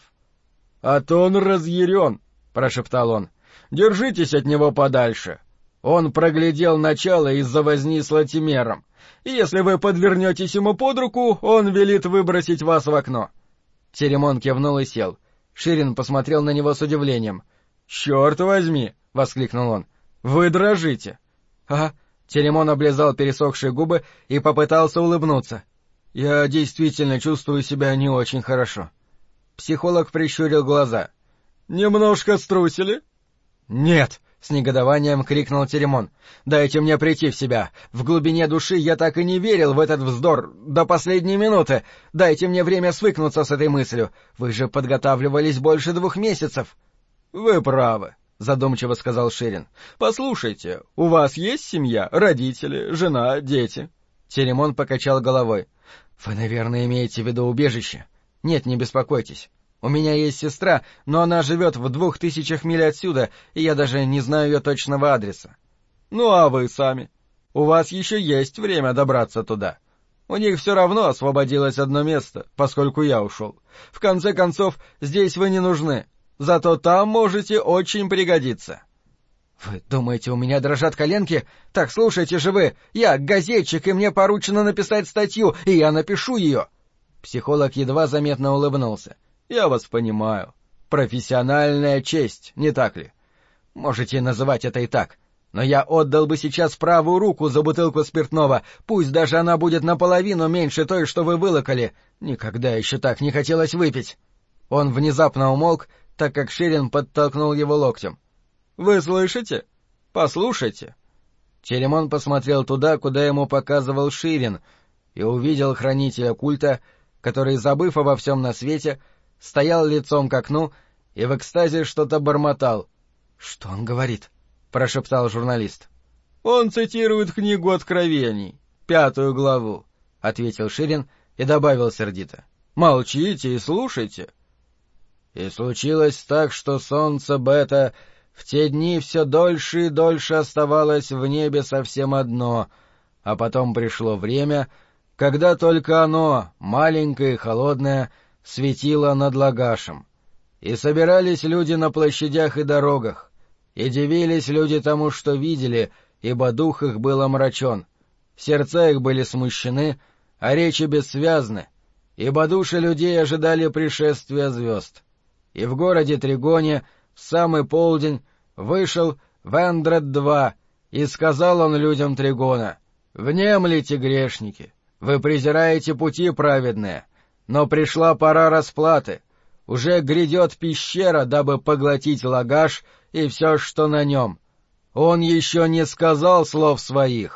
S2: «Атон разъярен», — прошептал он. «Держитесь от него подальше. Он проглядел начало из-за возни с Латимером, и если вы подвернетесь ему под руку, он велит выбросить вас в окно».
S1: Теремон кивнул и сел. Ширин посмотрел на него с удивлением.
S2: «Черт возьми!» — воскликнул он. «Вы дрожите!»
S1: «А?» — Теремон облизал пересохшие губы и попытался улыбнуться. «Я действительно чувствую себя не очень хорошо». Психолог прищурил глаза.
S2: «Немножко струсили?»
S1: «Нет!» — с негодованием крикнул Теремон. «Дайте мне прийти в себя. В глубине души я так и не верил в этот вздор до последней минуты. Дайте мне время свыкнуться с этой мыслью. Вы же подготавливались больше двух месяцев».
S2: «Вы правы», — задумчиво сказал Ширин. «Послушайте, у вас есть семья, родители, жена, дети?»
S1: Теремон покачал головой. «Вы, наверное, имеете в виду убежище? Нет, не беспокойтесь. У меня есть сестра, но она живет в двух тысячах миль отсюда, и я даже не знаю ее точного адреса».
S2: «Ну а вы сами? У вас еще есть время добраться туда. У них все равно освободилось одно место, поскольку я ушел. В конце концов, здесь вы не нужны, зато там можете очень пригодиться».
S1: «Вы думаете, у меня дрожат коленки? Так слушайте же вы, я газетчик, и мне поручено написать статью, и я напишу ее». Психолог едва заметно улыбнулся.
S2: «Я вас понимаю. Профессиональная честь, не так ли?»
S1: «Можете называть это и так. Но я отдал бы сейчас правую руку за бутылку спиртного, пусть даже она будет наполовину меньше той, что вы вылокали. Никогда еще так не хотелось выпить». Он внезапно умолк, так как Ширин подтолкнул его локтем.
S2: «Вы слышите? Послушайте».
S1: Теремон посмотрел туда, куда ему показывал Ширин, и увидел хранителя культа, который, забыв обо всем на свете, стоял лицом к окну и в экстазе что-то бормотал. — Что он говорит? — прошептал журналист.
S2: — Он цитирует книгу Откровений, пятую главу, — ответил Ширин и добавил сердито. — Молчите и слушайте.
S1: И случилось так, что солнце Бета в те дни все дольше и дольше оставалось в небе совсем одно, а потом пришло время, когда только оно, маленькое и холодное, светило над Лагашем. И собирались люди на площадях и дорогах, и дивились люди тому, что видели, ибо дух их был омрачен, сердца их были смущены, а речи бессвязны, ибо души людей ожидали пришествия звезд. И в городе Тригоне в самый полдень вышел Вендред-два, и сказал он людям Тригона: «Внемлите, грешники, вы презираете пути праведные, но пришла пора расплаты. Уже грядет пещера, дабы поглотить Лагаш и все, что на нем. Он еще не сказал слов своих,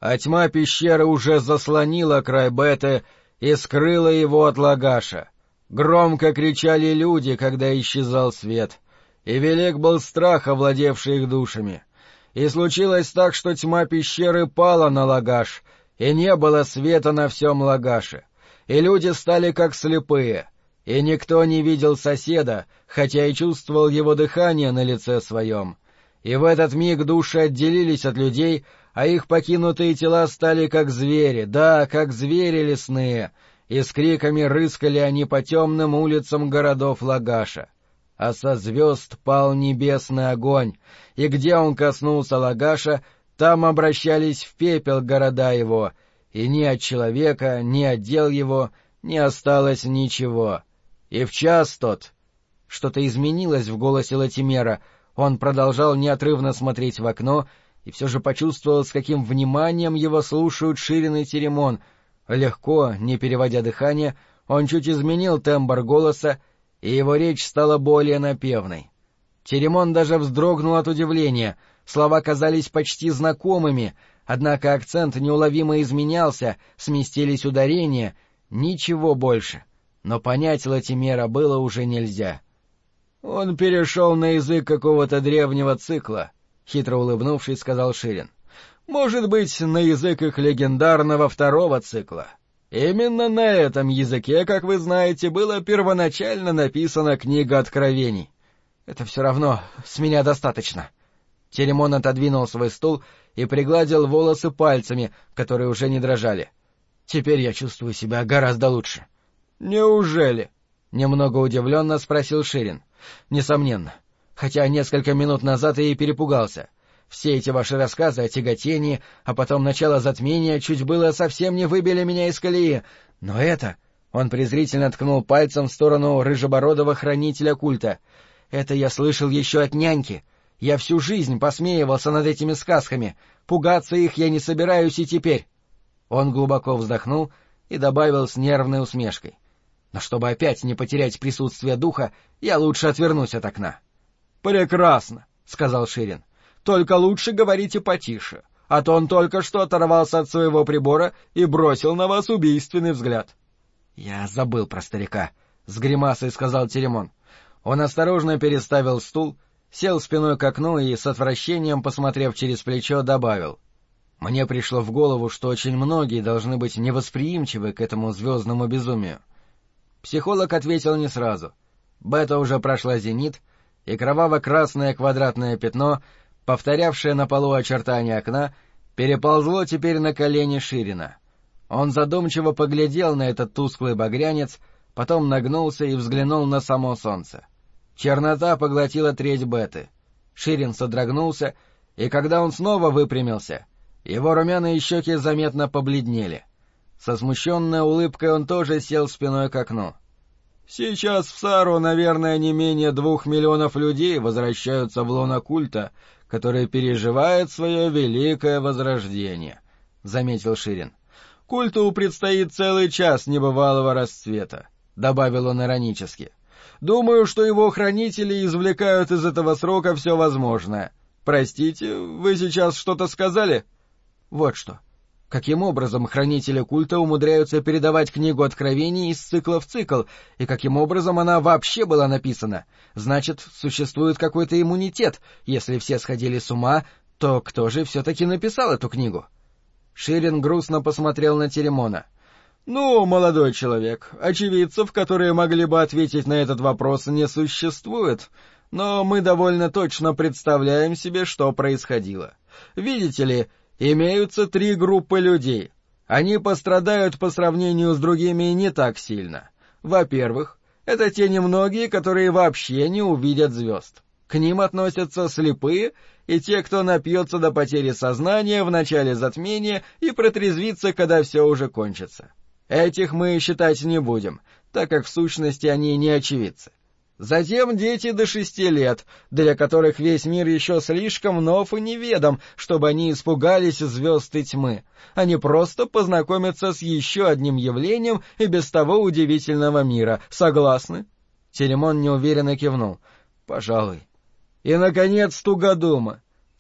S2: а тьма пещеры уже заслонила край Беты и скрыла его от Лагаша. Громко кричали люди, когда исчезал свет, и велик был страх, овладевший их душами. И случилось так, что тьма пещеры пала на Лагаш, и не было света на всем Лагаше, и люди стали как слепые, и никто не видел соседа, хотя и чувствовал его дыхание на лице своем. И в этот миг души отделились от людей, а их покинутые тела стали как звери, да, как звери лесные, и с криками рыскали они по темным улицам городов Лагаша. А со звезд пал небесный огонь, и где он коснулся Лагаша, там обращались в пепел города его, и ни от человека, ни от дел его не осталось ничего. И в час тот... Что-то изменилось в голосе Латимера, он продолжал неотрывно смотреть в окно, и все же почувствовал, с каким вниманием его слушают Ширин и Теремон. Легко, не переводя дыхание, он чуть изменил тембр голоса, и его речь стала более напевной. Теремон даже вздрогнул от удивления, слова казались почти знакомыми, однако акцент неуловимо изменялся, сместились ударения, ничего больше. Но понять Латимера было уже нельзя. «Он перешел на язык какого-то древнего цикла», — хитро улыбнувшись, сказал Ширин. «Может быть, на язык их легендарного второго цикла. Именно на этом языке, как вы знаете, была первоначально написана книга Откровений. Это все равно, с меня достаточно». Теремон отодвинул свой стул и пригладил волосы пальцами, которые уже не дрожали. «Теперь я чувствую себя гораздо лучше». «Неужели?» — немного удивленно спросил Ширин. «Несомненно. Хотя несколько минут назад я и перепугался. Все эти ваши рассказы о тяготении, а потом начало затмения чуть было совсем не выбили меня из колеи. Но это...» — он презрительно ткнул пальцем в сторону рыжебородого хранителя культа. «Это я слышал еще от няньки. Я всю жизнь посмеивался над этими сказками. Пугаться их я не собираюсь и теперь». Он глубоко вздохнул и добавил с нервной усмешкой. «Но чтобы опять не потерять присутствие духа, я лучше отвернусь от окна». «Прекрасно», — сказал Ширин. «Только лучше говорите потише, а то он только что оторвался от своего прибора и бросил на вас убийственный взгляд». «Я забыл про старика», — с гримасой сказал Теремон. Он осторожно переставил стул, сел спиной к окну и, с отвращением посмотрев через плечо, добавил. «Мне пришло в голову, что очень многие должны быть невосприимчивы к этому звездному безумию». Психолог ответил не сразу. Бета уже прошла зенит, и кроваво-красное квадратное пятно, повторявшее на полу очертания окна, переползло теперь на колени Ширина. Он задумчиво поглядел на этот тусклый багрянец, потом нагнулся и взглянул на само солнце. Чернота поглотила треть Беты. Ширин содрогнулся, и когда он снова выпрямился, его румяные щеки заметно побледнели. Со смущенной улыбкой он тоже сел спиной к окну. «Сейчас в Сару, наверное, не менее двух миллионов людей возвращаются в лоно культа, который переживает свое великое возрождение», — заметил Ширин. «Культу предстоит целый час небывалого расцвета», — добавил он иронически. «Думаю, что его хранители извлекают из этого срока все возможное. Простите, вы сейчас что-то сказали?» «Вот что. Каким образом хранители культа умудряются передавать книгу Откровений из цикла в цикл, и каким образом она вообще была написана? Значит, существует какой-то иммунитет. Если все сходили с ума, то кто же все-таки написал эту книгу?» Ширин грустно посмотрел на Теремона. «Ну, молодой человек, очевидцев, которые могли бы ответить на этот вопрос, не существует, но мы довольно точно представляем себе, что происходило. Видите ли, имеются три группы людей. Они пострадают по сравнению с другими не так сильно. Во-первых, это те немногие, которые вообще не увидят звезд. К ним относятся слепые и те, кто напьется до потери сознания в начале затмения и протрезвится, когда все уже кончится. Этих мы считать не будем, так как в сущности они не очевидцы. Затем дети до шести лет, для которых весь мир еще слишком нов и неведом, чтобы они испугались звезд и тьмы. Они просто познакомятся с еще одним явлением и без того удивительного мира. Согласны?» Теремон неуверенно кивнул. «Пожалуй». «И, наконец, тугодумы.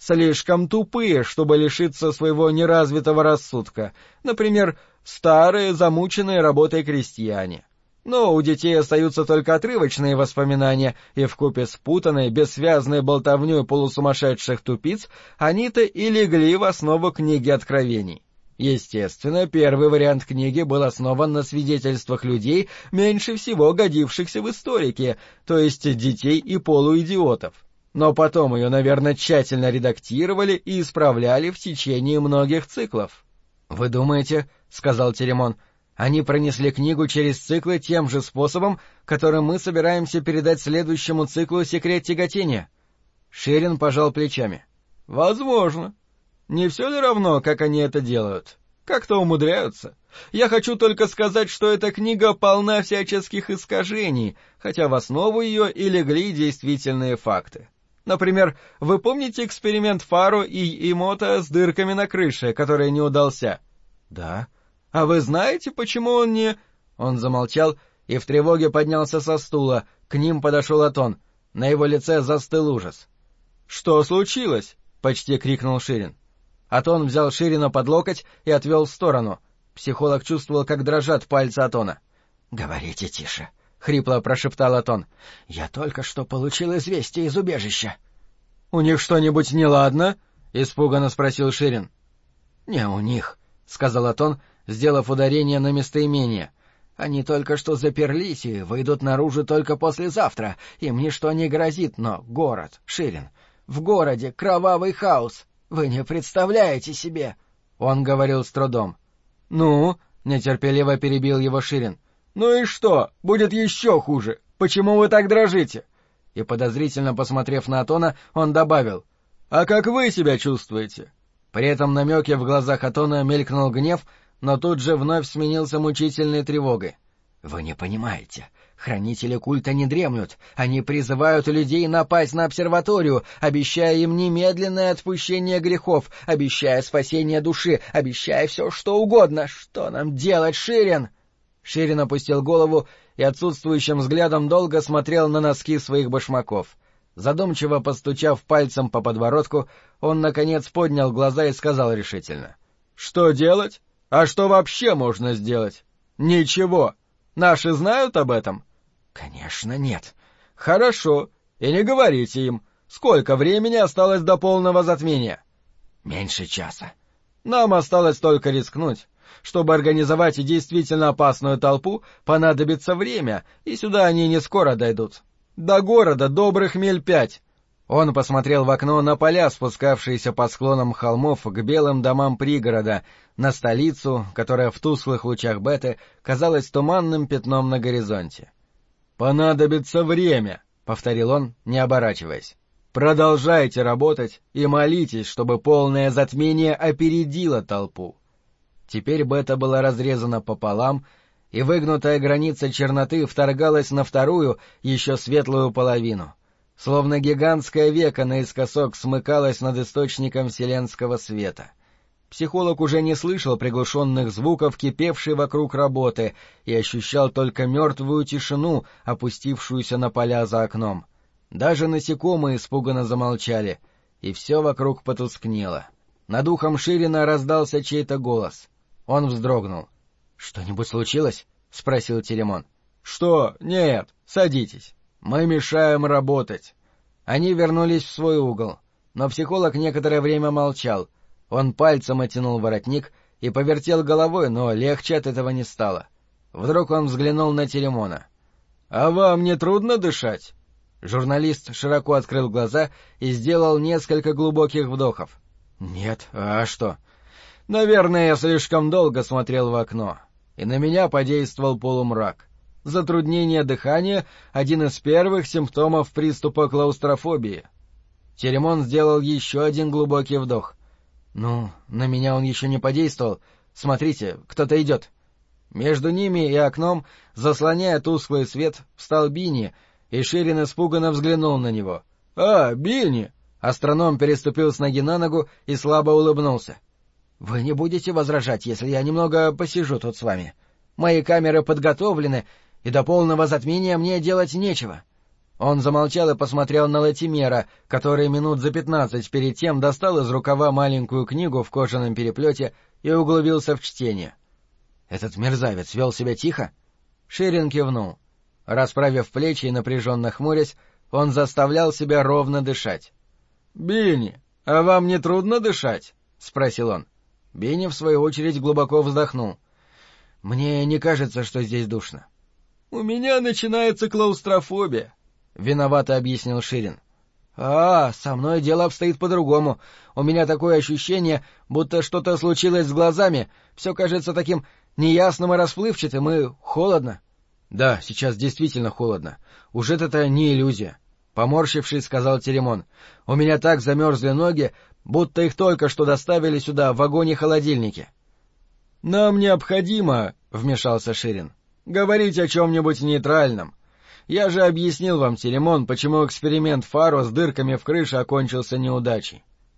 S2: слишком тупые, чтобы лишиться своего неразвитого рассудка, например, старые, замученные работой крестьяне. Но у детей остаются только отрывочные воспоминания, и вкупе с путанной, бессвязной болтовнёй полусумасшедших тупиц они-то и легли в основу книги Откровений. Естественно, первый вариант книги был основан на свидетельствах людей, меньше всего годившихся в историки, то есть детей и полуидиотов. Но потом ее, наверное, тщательно редактировали и исправляли в течение многих циклов. — Вы думаете, — сказал Теремон, — они пронесли книгу через циклы тем же способом, которым мы собираемся передать следующему циклу «Секрет тяготения»? Ширин пожал плечами. — Возможно. Не все ли равно, как они это делают? Как-то умудряются. Я хочу только сказать, что эта книга полна всяческих искажений, хотя в основу ее и легли действительные факты. Например, вы помните эксперимент Фаро и Имота с дырками на крыше, который не удался? — Да. — А вы знаете, почему он не... Он замолчал и в тревоге поднялся со стула. К ним подошел Атон. На его лице застыл ужас. — Что случилось? — почти крикнул Ширин. Атон взял Ширина под локоть и отвел в сторону. Психолог чувствовал, как дрожат пальцы Атона. — Говорите тише, — хрипло прошептал Атон. — Я только что получил известие из убежища. — У них что-нибудь неладно? — испуганно спросил Ширин. — Не у них, — сказал Атон, сделав ударение на местоимение. — Они только что заперлись и выйдут наружу только послезавтра. Им ничто не грозит, но город, Ширин. В городе кровавый хаос. Вы не представляете себе. Он говорил с трудом. — Ну, — нетерпеливо перебил его Ширин. — Ну и что? Будет еще хуже. Почему вы так дрожите? И, подозрительно посмотрев на Атона, он добавил. — А как вы себя чувствуете? При этом намеке в глазах Атона мелькнул гнев, но тут же вновь сменился мучительной тревогой. — Вы не понимаете. Хранители культа не дремлют. Они призывают людей напасть на обсерваторию, обещая им немедленное отпущение грехов, обещая спасение души, обещая все, что угодно. Что нам делать, Ширин? Ширин опустил голову и отсутствующим взглядом долго смотрел на носки своих башмаков. Задумчиво постучав пальцем по подбородку, он, наконец, поднял глаза и сказал решительно. — Что делать? А что вообще можно сделать? — Ничего. Наши знают об этом? — Конечно, нет. — Хорошо. И не говорите им. Сколько времени осталось до полного затмения? — Меньше часа. Нам осталось только рискнуть. Чтобы организовать действительно опасную толпу, понадобится время, и сюда они не скоро дойдут. До города добрых миль пять. Он посмотрел в окно на поля, спускавшиеся по склонам холмов к белым домам пригорода, на столицу, которая в тусклых лучах беты казалась туманным пятном на горизонте. «Понадобится время», — повторил он, не оборачиваясь. «Продолжайте работать и молитесь, чтобы полное затмение опередило толпу». Теперь бета была разрезана пополам, и выгнутая граница черноты вторгалась на вторую, еще светлую половину. Словно гигантское веко наискосок смыкалось над источником вселенского света. Психолог уже не слышал приглушенных звуков, кипевшей вокруг работы, и ощущал только мертвую тишину, опустившуюся на поля за окном. Даже насекомые испуганно замолчали, и все вокруг потускнело. Над ухом Ширина раздался чей-то голос. Он вздрогнул. — Что-нибудь случилось? — спросил Теремон. — Что? Нет, садитесь. Мы мешаем работать. Они вернулись в свой угол, но психолог некоторое время молчал. Он пальцем оттянул воротник и повертел головой, но легче от этого не стало. Вдруг он взглянул на Теремона. — А вам не трудно дышать? Журналист широко открыл глаза и сделал несколько глубоких вдохов. — Нет, а что? — Наверное, я слишком долго смотрел в окно, и на меня подействовал полумрак. Затруднение дыхания — один из первых симптомов приступа клаустрофобии. Теремон сделал еще один глубокий вдох. — Ну, на меня он еще не подействовал. Смотрите, кто-то идет. Между ними и окном, заслоняя тусклый свет, встал Бинни, и Ширин испуганно взглянул на него. — А, Бинни! Астроном переступил с ноги на ногу и слабо улыбнулся. — Вы не будете возражать, если я немного посижу тут с вами? Мои камеры подготовлены, и до полного затмения мне делать нечего. Он замолчал и посмотрел на Латимера, который минут за пятнадцать перед тем достал из рукава маленькую книгу в кожаном переплете и углубился в чтение. «Этот мерзавец вел себя тихо?» Ширин кивнул. Расправив плечи и напряженно хмурясь, он заставлял себя ровно дышать. «Бинни, а вам не трудно дышать?» — спросил он. Бинни, в свою очередь, глубоко вздохнул. «Мне не кажется, что здесь душно». «У меня начинается клаустрофобия», — виновато объяснил Ширин. «А, со мной дело обстоит по-другому. У меня такое ощущение, будто что-то случилось с глазами. Все кажется таким неясным и расплывчатым, и холодно». «Да, сейчас действительно холодно. Уж это-то не иллюзия», — поморщившись, сказал Теремон. «У меня так замерзли ноги, будто их только что доставили сюда в вагоне-холодильнике». «Нам необходимо», — вмешался Ширин, — «говорить о чем-нибудь нейтральном. Я же объяснил вам, Теремон, почему эксперимент Фаро с дырками в крыше окончился неудачей».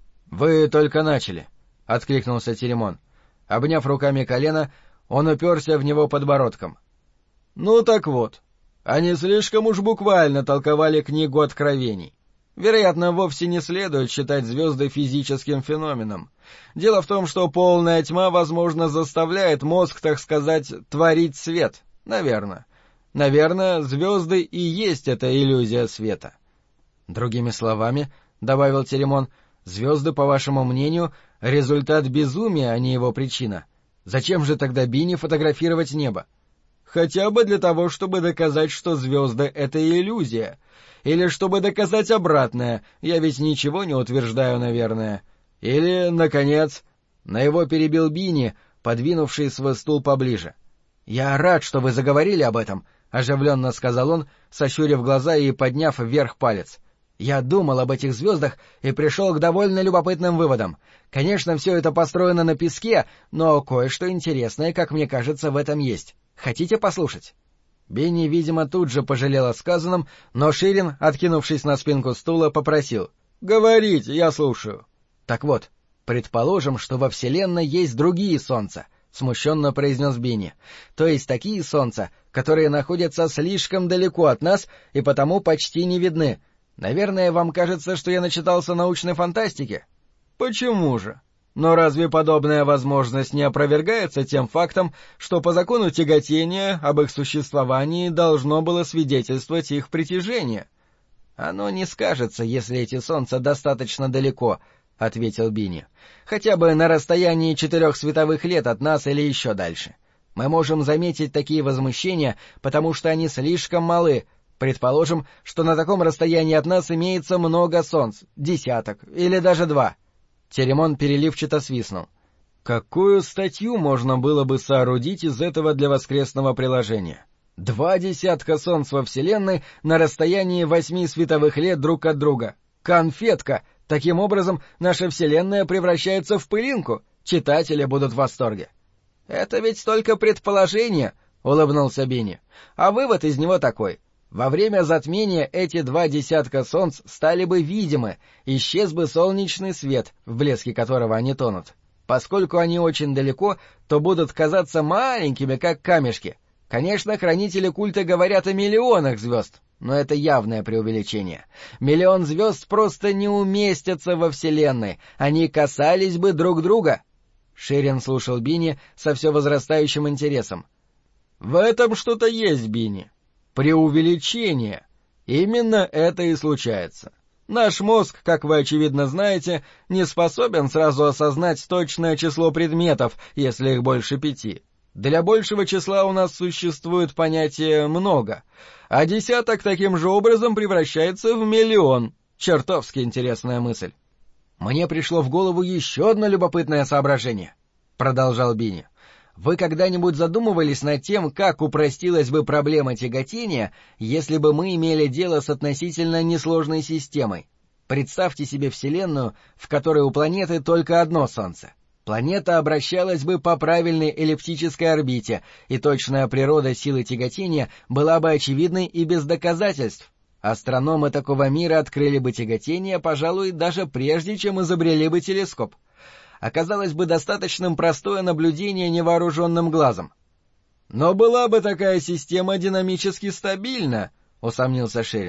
S2: «Вы только начали», — откликнулся Теремон. Обняв руками колено, он уперся в него подбородком. «Ну так вот, они слишком уж буквально толковали книгу Откровений. Вероятно, вовсе не следует считать звезды физическим феноменом. Дело в том, что полная тьма, возможно, заставляет мозг, так сказать, творить свет. Наверное. Наверное, звезды и есть эта иллюзия света». «Другими словами, — добавил Теремон, — звезды, по вашему мнению, результат безумия, а не его причина. Зачем же тогда Бинни фотографировать небо?» «Хотя бы для того, чтобы доказать, что звезды — это иллюзия. Или чтобы доказать обратное, я ведь ничего не утверждаю, наверное. Или, наконец...» На его перебил Бинни, подвинувший свой стул поближе. «Я рад, что вы заговорили об этом», — оживленно сказал он, сощурив глаза и подняв вверх палец. «Я думал об этих звездах и пришел к довольно любопытным выводам. Конечно, все это построено на песке, но кое-что интересное, как мне кажется, в этом есть. Хотите послушать?» Бенни, видимо, тут же пожалел о сказанном, но Ширин, откинувшись на спинку стула, попросил: «Говорите, я слушаю». «Так вот, предположим, что во Вселенной есть другие солнца», — смущенно произнес Бенни. «То есть такие солнца, которые находятся слишком далеко от нас и потому почти не видны. Наверное, вам кажется, что я начитался научной фантастики?» «Почему же? Но разве подобная возможность не опровергается тем фактом, что по закону тяготения об их существовании должно было свидетельствовать их притяжение?» «Оно не скажется, если эти солнца достаточно далеко», — ответил Бинни. «Хотя бы на расстоянии четырех световых лет от нас или еще дальше. Мы можем заметить такие возмущения, потому что они слишком малы. Предположим, что на таком расстоянии от нас имеется много солнц, десяток или даже два». Теремон переливчато свистнул. «Какую статью можно было бы соорудить из этого для воскресного приложения? Два десятка солнц во Вселенной на расстоянии восьми световых лет друг от друга. Конфетка! Таким образом, наша Вселенная превращается в пылинку. Читатели будут в восторге». «Это ведь только предположение», — улыбнулся Бинни. «А вывод из него такой. Во время затмения эти два десятка солнц стали бы видимы, исчез бы солнечный свет, в блеске которого они тонут. Поскольку они очень далеко, то будут казаться маленькими, как камешки. Конечно, хранители культа говорят о миллионах звезд, но это явное преувеличение. Миллион звезд просто не уместятся во Вселенной, они касались бы друг друга». Ширин слушал Бинни со все возрастающим интересом. «В этом что-то есть, Бинни. Преувеличение. Именно это и случается. Наш мозг, как вы очевидно знаете, не способен сразу осознать точное число предметов, если их больше пяти. Для большего числа у нас существует понятие «много», а десяток таким же образом превращается в миллион. Чертовски интересная мысль. «Мне пришло в голову еще одно любопытное соображение», — продолжал Бинни. «Вы когда-нибудь задумывались над тем, как упростилась бы проблема тяготения, если бы мы имели дело с относительно несложной системой? Представьте себе Вселенную, в которой у планеты только одно Солнце. Планета обращалась бы по правильной эллиптической орбите, и точная природа силы тяготения была бы очевидной и без доказательств. Астрономы такого мира открыли бы тяготение, пожалуй, даже прежде, чем изобрели бы телескоп. Оказалось бы достаточным простое наблюдение невооруженным глазом». «Но была бы такая система динамически стабильна», — усомнился Ширин.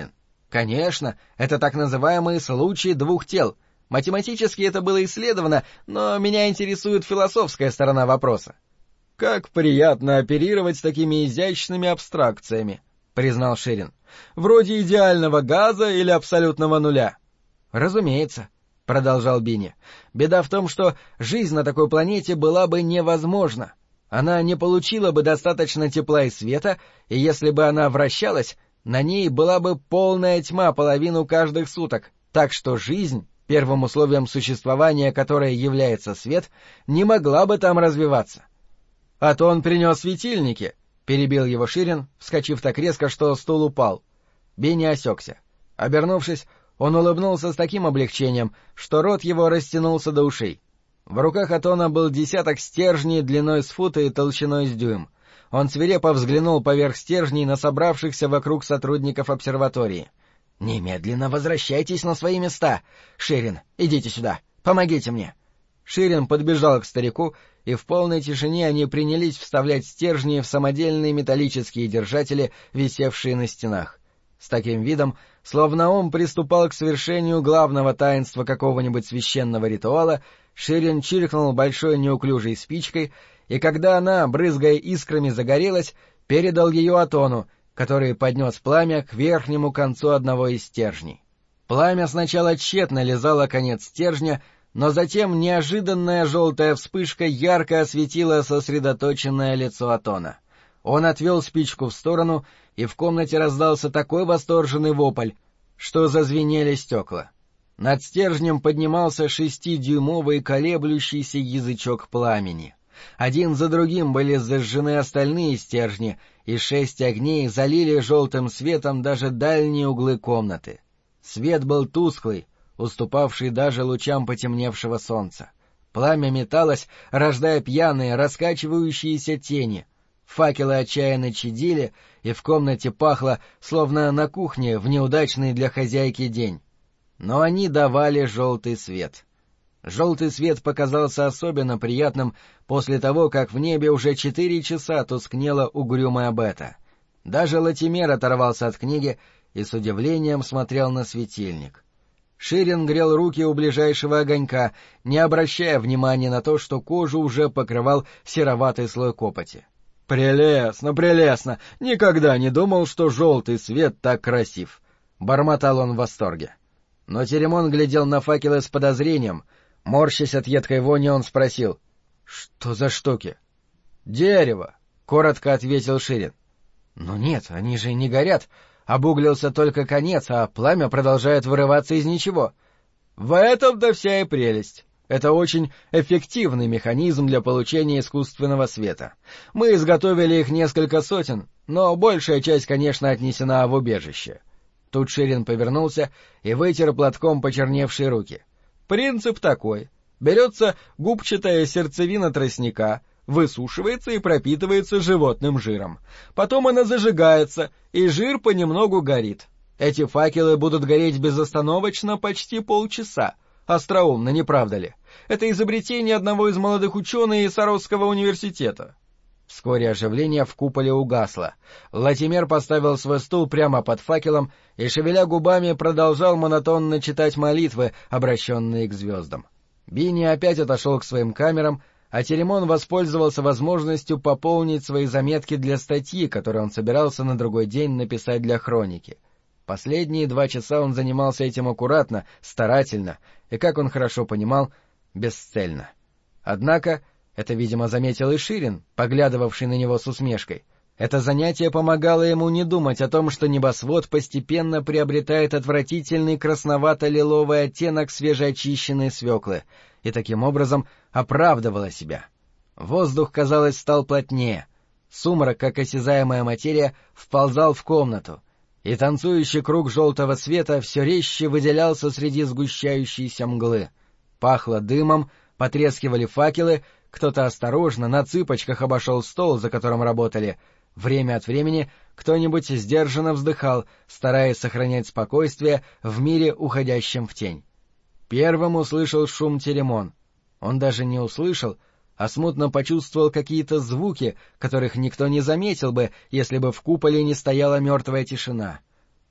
S2: Конечно, это так называемый случай двух тел. Математически это было исследовано, но меня интересует философская сторона вопроса. «Как приятно оперировать такими изящными абстракциями», — признал Ширин. «Вроде идеального газа или абсолютного нуля». «Разумеется», — продолжал Бинни. «Беда в том, что жизнь на такой планете была бы невозможна. Она не получила бы достаточно тепла и света, и если бы она вращалась, на ней была бы полная тьма половину каждых суток, так что жизнь, первым условием существования которой является свет, не могла бы там развиваться». «А то он принес светильники», — перебил его Ширин, вскочив так резко, что стул упал. Бинни осекся. Обернувшись, он улыбнулся с таким облегчением, что рот его растянулся до ушей. В руках Атона был десяток стержней длиной с фута и толщиной с дюйм. Он свирепо взглянул поверх стержней на собравшихся вокруг сотрудников обсерватории. «Немедленно возвращайтесь на свои места! Ширин, идите сюда! Помогите мне!» Ширин подбежал к старику, и в полной тишине они принялись вставлять стержни в самодельные металлические держатели, висевшие на стенах. С таким видом, словно он приступал к совершению главного таинства какого-нибудь священного ритуала, Ширин чиркнул большой неуклюжей спичкой, и когда она, брызгая искрами, загорелась, передал ее Атону, который поднес пламя к верхнему концу одного из стержней. Пламя сначала тщетно лизало конец стержня, но затем неожиданная желтая вспышка ярко осветила сосредоточенное лицо Атона. Он отвел спичку в сторону, и в комнате раздался такой восторженный вопль, что зазвенели стекла. Над стержнем поднимался шестидюймовый колеблющийся язычок пламени. Один за другим были зажжены остальные стержни, и шесть огней залили желтым светом даже дальние углы комнаты. Свет был тусклый, уступавший даже лучам потемневшего солнца. Пламя металось, рождая пьяные, раскачивающиеся тени. Факелы отчаянно чадили, и в комнате пахло, словно на кухне в неудачный для хозяйки день. Но они давали желтый свет. Желтый свет показался особенно приятным после того, как в небе уже четыре часа тускнела угрюмая Бета. Даже Латимер оторвался от книги и с удивлением смотрел на светильник. Ширин грел руки у ближайшего огонька, не обращая внимания на то, что кожу уже покрывал сероватый слой копоти. «Прелестно, прелестно! Никогда не думал, что желтый свет так красив!» — бормотал он в восторге. Но Теремон глядел на факелы с подозрением. Морщась от едкой вони, он спросил: «Что за штуки?» «Дерево», — коротко ответил Ширин. «Ну нет, они же не горят. Обуглился только конец, а пламя продолжает вырываться из ничего». «В этом-то вся и прелесть. Это очень эффективный механизм для получения искусственного света. Мы изготовили их несколько сотен, но большая часть, конечно, отнесена в убежище». Тут Ширин повернулся и вытер платком почерневшие руки. «Принцип такой. Берется губчатая сердцевина тростника, высушивается и пропитывается животным жиром. Потом она зажигается, и жир понемногу горит. Эти факелы будут гореть безостановочно почти полчаса. Остроумно, не правда ли? Это изобретение одного из молодых ученых из Саровского университета». Вскоре оживление в куполе угасло. Латимер поставил свой стул прямо под факелом и, шевеля губами, продолжал монотонно читать молитвы, обращенные к звездам. Бинни опять отошел к своим камерам, а Теремон воспользовался возможностью пополнить свои заметки для статьи, которую он собирался на другой день написать для хроники. Последние два часа он занимался этим аккуратно, старательно и, как он хорошо понимал, бесцельно. Однако, это, видимо, заметил и Ширин, поглядывавший на него с усмешкой, это занятие помогало ему не думать о том, что небосвод постепенно приобретает отвратительный красновато-лиловый оттенок свежеочищенной свеклы, и таким образом оправдывало себя. Воздух, казалось, стал плотнее. Сумрак, как осязаемая материя, вползал в комнату, и танцующий круг желтого света все резче выделялся среди сгущающейся мглы. Пахло дымом, потрескивали факелы, кто-то осторожно на цыпочках обошел стол, за которым работали. Время от времени кто-нибудь сдержанно вздыхал, стараясь сохранять спокойствие в мире, уходящем в тень. Первым услышал шум Теремон. Он даже не услышал, а смутно почувствовал какие-то звуки, которых никто не заметил бы, если бы в куполе не стояла мертвая тишина.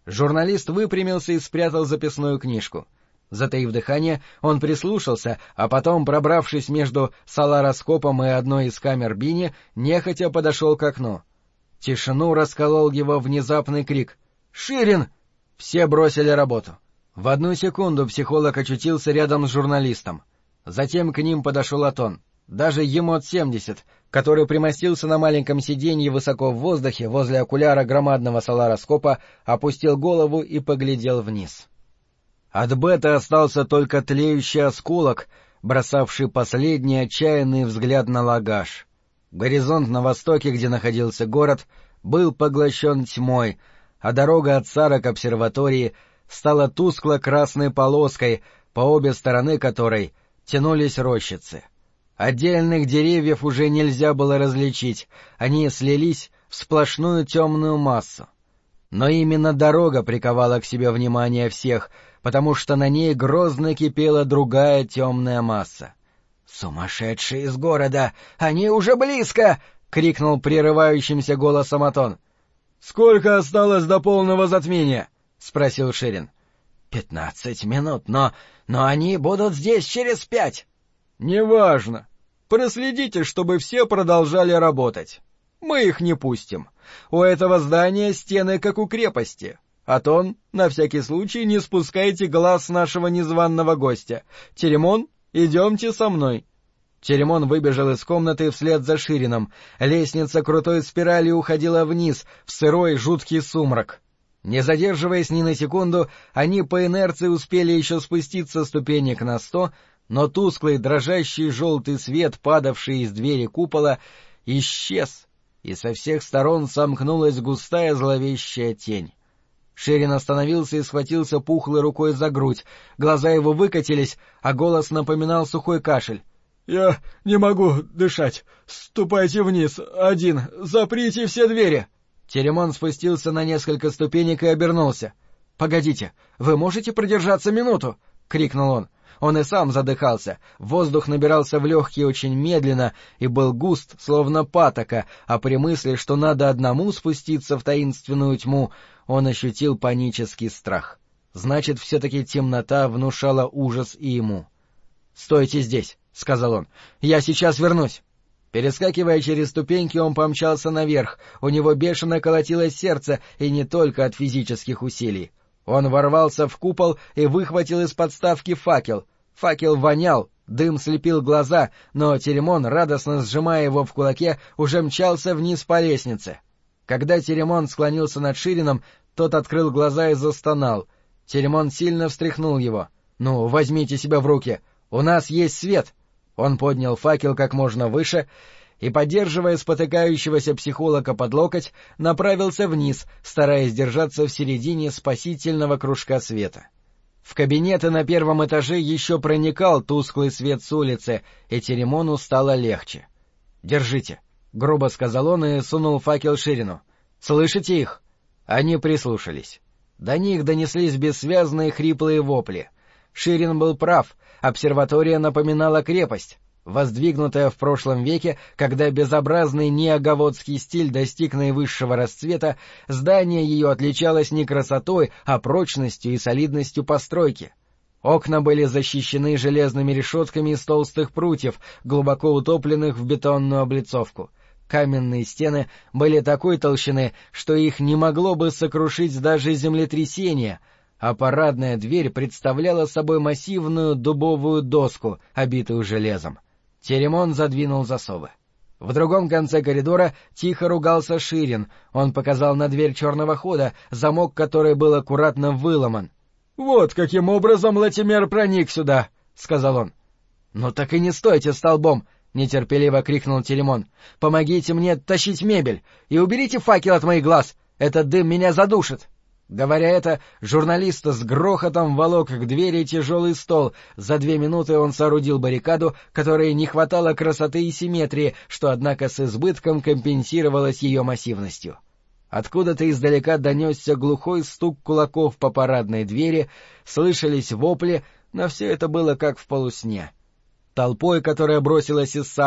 S1: Журналист выпрямился и спрятал записную книжку. Затаив дыхание, он прислушался, а потом, пробравшись между солароскопом и одной из камер Бини, нехотя подошел к окну. Тишину расколол его внезапный крик: «Ширин!» Все бросили работу. В одну секунду психолог очутился рядом с журналистом. Затем к ним подошел Атон. Даже Емот семьдесят, который примостился на маленьком сиденье высоко в воздухе возле окуляра громадного солароскопа, опустил голову и поглядел вниз. От Бета остался только тлеющий осколок, бросавший последний отчаянный взгляд на Лагаш. Горизонт на востоке, где находился город, был поглощен тьмой, а дорога от Сара к обсерватории стала тускло-красной полоской, по обе стороны которой тянулись рощицы. Отдельных деревьев уже нельзя было различить, они слились в сплошную темную массу. Но именно дорога приковала к себе внимание всех, потому что на ней грозно кипела другая темная масса. «Сумасшедшие из города! Они уже близко!» — крикнул прерывающимся голосом Атон. «Сколько осталось до полного затмения?» — спросил Ширин. «Пятнадцать минут, но... но они будут здесь через пять». «Неважно. Проследите, чтобы все продолжали работать. Мы их не пустим. У этого здания стены, как у крепости. Атон, на всякий случай не спускайте глаз с нашего незваного гостя. Теремон, идемте со мной». Теремон выбежал из комнаты вслед за Ширином. Лестница крутой спиралью уходила вниз, в сырой жуткий сумрак. Не задерживаясь ни на секунду, они по инерции успели еще спуститься ступенек на сто, но тусклый дрожащий желтый свет, падавший из двери купола, исчез, и со всех сторон сомкнулась густая зловещая тень. Ширин остановился и схватился пухлой рукой за грудь, глаза его выкатились, а голос напоминал сухой кашель. «Я не могу дышать. Ступайте вниз, один, заприте все двери». Теремон спустился на несколько ступенек и обернулся. «Погодите, вы можете продержаться минуту?» — крикнул он. Он и сам задыхался, воздух набирался в легкие очень медленно и был густ, словно патока, а при мысли, что надо одному спуститься в таинственную тьму, он ощутил панический страх. Значит, все-таки темнота внушала ужас и ему. «Стойте здесь», — сказал он, — «я сейчас вернусь». Перескакивая через ступеньки, он помчался наверх, у него бешено колотилось сердце, и не только от физических усилий. Он ворвался в купол и выхватил из подставки факел. Факел вонял, дым слепил глаза, но Теремон, радостно сжимая его в кулаке, уже мчался вниз по лестнице. Когда Теремон склонился над Ширином, тот открыл глаза и застонал. Теремон сильно встряхнул его. «Ну, возьмите себя в руки, у нас есть свет». Он поднял факел как можно выше и, поддерживая спотыкающегося психолога под локоть, направился вниз, стараясь держаться в середине спасительного кружка света. В кабинеты на первом этаже еще проникал тусклый свет с улицы, и Теремону стало легче. «Держите», — грубо сказал он и сунул факел Ширину. «Слышите их?» Они прислушались. До них донеслись бессвязные хриплые вопли. Ширин был прав, обсерватория напоминала крепость, воздвигнутая в прошлом веке, когда безобразный неоговодский стиль достиг наивысшего расцвета, здание ее отличалось не красотой, а прочностью и солидностью постройки. Окна были защищены железными решетками из толстых прутьев, глубоко утопленных в бетонную облицовку. Каменные стены были такой толщины, что их не могло бы сокрушить даже землетрясение, а парадная дверь представляла собой массивную дубовую доску, обитую железом. Теремон задвинул засовы. В другом конце коридора тихо ругался Ширин. Он показал на дверь черного хода, замок которой был аккуратно выломан. — Вот каким образом Латимер проник сюда, — сказал он. — Ну так и не стойте столбом, — нетерпеливо крикнул Теремон. — Помогите мне тащить мебель и уберите факел от моих глаз, этот дым меня задушит. Говоря это, журналист с грохотом волок к двери тяжелый стол. За две минуты он соорудил баррикаду, которой не хватало красоты и симметрии, что, однако, с избытком компенсировалось ее массивностью. Откуда-то издалека донесся глухой стук кулаков по парадной двери, слышались вопли, но все это было как в полусне. Толпой, которая бросилась из Саро,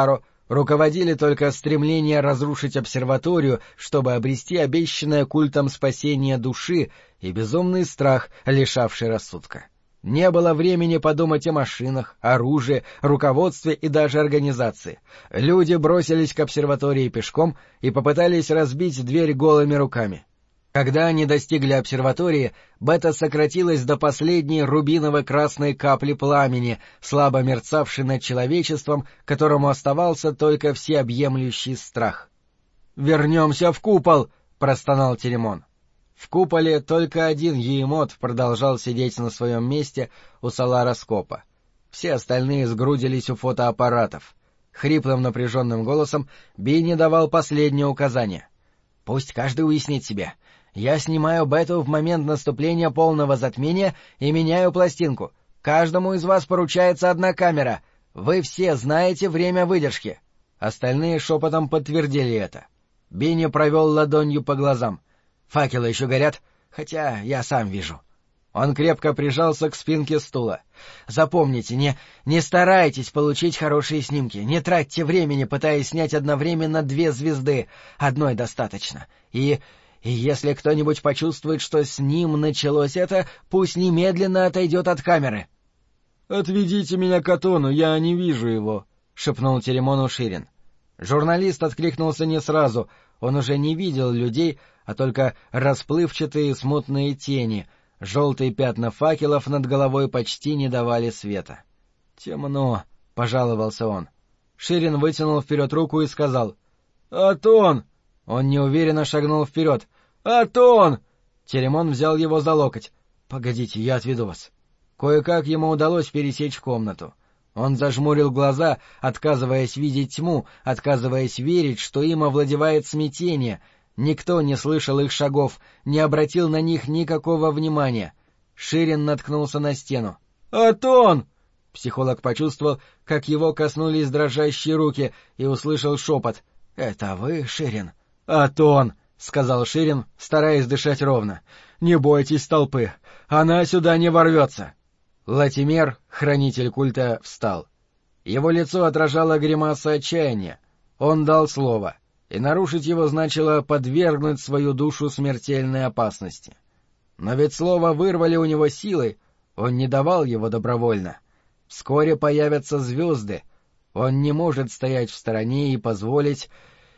S1: Руководили только стремление разрушить обсерваторию, чтобы обрести обещанное культом спасение души, и безумный страх, лишавший рассудка. Не было времени подумать о машинах, оружии, руководстве и даже организации. Люди бросились к обсерватории пешком и попытались разбить дверь голыми руками. Когда они достигли обсерватории, Бета сократилась до последней рубиново-красной капли пламени, слабо мерцавшей над человечеством, которому оставался только всеобъемлющий страх. «Вернемся в купол!» — простонал Теремон. В куполе только один Еемот продолжал сидеть на своем месте у солароскопа. Все остальные сгрудились у фотоаппаратов. Хриплым напряженным голосом Бинни давал последнее указание. «Пусть каждый уяснит себе. Я снимаю Бету в момент наступления полного затмения и меняю пластинку. Каждому из вас поручается одна камера. Вы все знаете время выдержки». Остальные шепотом подтвердили это. Бинни провел ладонью по глазам. «Факелы еще горят, хотя я сам вижу». Он крепко прижался к спинке стула. «Запомните, не, не старайтесь получить хорошие снимки, не тратьте времени, пытаясь снять одновременно две звезды, одной достаточно. И, и если кто-нибудь почувствует, что с ним началось это, пусть немедленно отойдет от камеры». «Отведите меня к Атону, я не вижу его», — шепнул Теремону Ширин. Журналист откликнулся не сразу, он уже не видел людей, а только расплывчатые смутные тени. Желтые пятна факелов над головой почти не давали света. «Темно», — пожаловался он. Ширин вытянул вперед руку и сказал: «Атон!» Он неуверенно шагнул вперед. «Атон!» Теремон взял его за локоть. «Погодите, я отведу вас». Кое-как ему удалось пересечь комнату. Он зажмурил глаза, отказываясь видеть тьму, отказываясь верить, что им овладевает смятение. Никто не слышал их шагов, не обратил на них никакого внимания. Ширин наткнулся на стену. «Атон!» Психолог почувствовал, как его коснулись дрожащие руки, и услышал шепот. «Это вы, Ширин?» «Атон!» — сказал Ширин, стараясь дышать ровно. «Не бойтесь толпы, она сюда не ворвется». Латимер, хранитель культа, встал. Его лицо отражало гримаса отчаяния. Он дал слово, и нарушить его значило подвергнуть свою душу смертельной опасности. Но ведь слово вырвали у него силой, он не давал его добровольно. Вскоре появятся звезды, он не может стоять в стороне и позволить...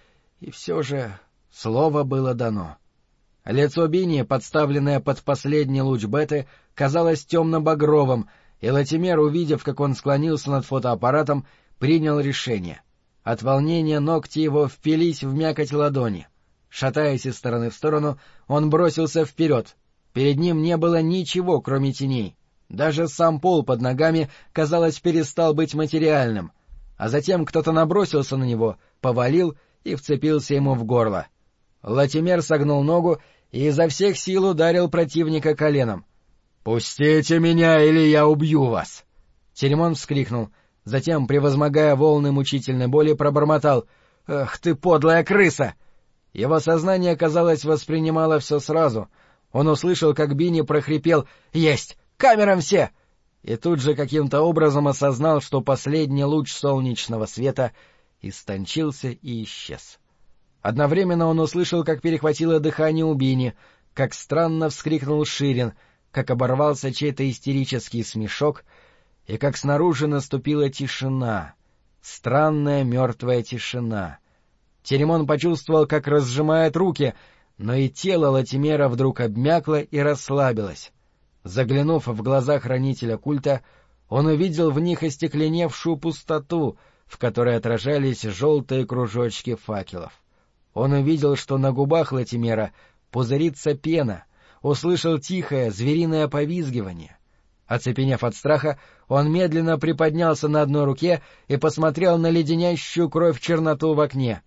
S1: И все же слово было дано. Лицо Бинни, подставленное под последний луч Беты, казалось темно-багровым, и Латимер, увидев, как он склонился над фотоаппаратом, принял решение. От волнения ногти его впились в мякоть ладони. Шатаясь из стороны в сторону, он бросился вперед. Перед ним не было ничего, кроме теней. Даже сам пол под ногами, казалось, перестал быть материальным. А затем кто-то набросился на него, повалил и вцепился ему в горло. Латимер согнул ногу и изо всех сил ударил противника коленом. «Пустите меня, или я убью вас!» Теремон вскрикнул, затем, превозмогая волны мучительной боли, пробормотал: «Ах ты, подлая крыса!» Его сознание, казалось, воспринимало все сразу. Он услышал, как Бинни прохрипел: «Есть! Камерам все!» И тут же каким-то образом осознал, что последний луч солнечного света истончился и исчез. Одновременно он услышал, как перехватило дыхание у Бинни, как странно вскрикнул Ширин, как оборвался чей-то истерический смешок, и как снаружи наступила тишина, странная мертвая тишина. Теремон почувствовал, как разжимает руки, но и тело Латимера вдруг обмякло и расслабилось. Заглянув в глаза хранителя культа, он увидел в них остекленевшую пустоту, в которой отражались желтые кружочки факелов. Он увидел, что на губах Латимера пузырится пена, услышал тихое звериное повизгивание. Оцепенев от страха, он медленно приподнялся на одной руке и посмотрел на леденящую кровь черноту в окне.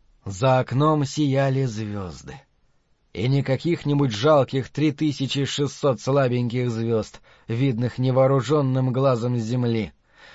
S1: За окном сияли звезды. И не каких-нибудь жалких три тысячи шестьсот слабеньких звезд, видных невооруженным глазом с земли.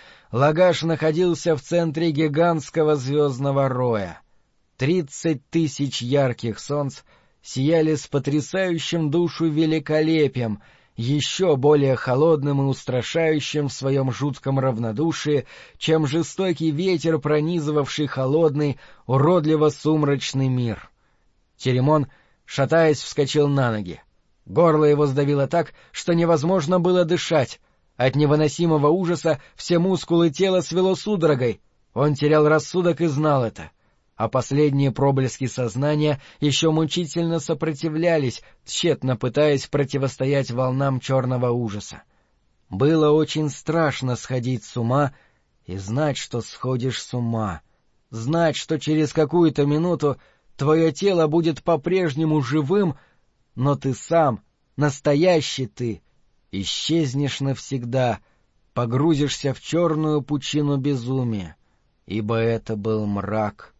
S1: Лагаш находился в центре гигантского звездного роя. Тридцать тысяч ярких солнц сияли с потрясающим душу великолепием,
S2: еще более холодным и устрашающим в своем жутком равнодушии, чем жестокий ветер, пронизывавший холодный, уродливо-сумрачный мир. Теремон, шатаясь, вскочил на ноги. Горло его сдавило так, что невозможно было дышать. От невыносимого ужаса все мускулы тела свело судорогой. Он терял рассудок и знал это. А последние проблески сознания еще мучительно сопротивлялись, тщетно пытаясь противостоять волнам черного ужаса. Было очень страшно сходить с ума и знать, что сходишь с ума, знать, что через какую-то минуту твое тело будет по-прежнему живым, но ты сам, настоящий ты, исчезнешь навсегда, погрузишься в черную пучину безумия, ибо это был мрак.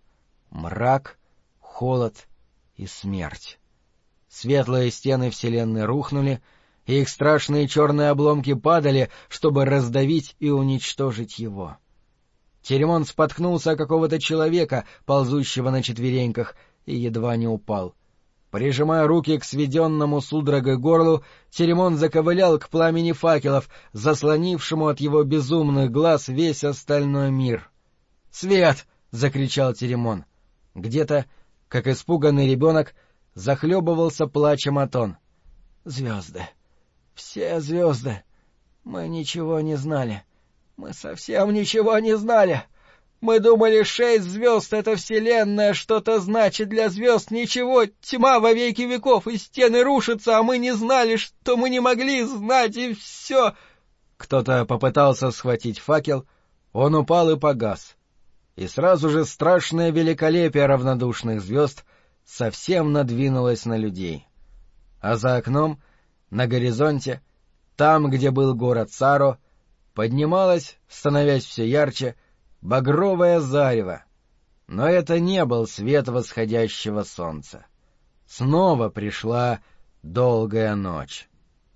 S2: Мрак, холод и смерть. Светлые стены вселенной рухнули, и их страшные черные обломки падали, чтобы раздавить и уничтожить его. Теремон споткнулся о какого-то человека, ползущего на четвереньках, и едва не упал. Прижимая руки к сведенному судорогой горлу, Теремон заковылял к пламени факелов, заслонившему от его безумных глаз весь остальной мир. «Свет!» — закричал Теремон. Где-то, как испуганный ребенок, захлебывался плачем Атон. «Звезды! Все звезды! Мы ничего не знали! Мы совсем ничего не знали! Мы думали, шесть звезд — это вселенная, что-то значит для звезд ничего, тьма во веки веков, и стены рушатся, а мы не знали, что мы не могли знать, и все...» Кто-то попытался схватить факел, он упал и погас. И сразу же страшное великолепие равнодушных звезд совсем надвинулось на людей. А за окном, на горизонте, там, где был город Саро, поднималось, становясь все ярче, багровое зарево. Но это не был свет восходящего солнца. Снова пришла долгая ночь.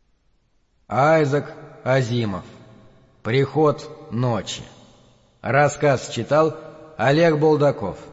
S2: Айзек Азимов. «Приход ночи». Рассказ читал Олег Булдаков.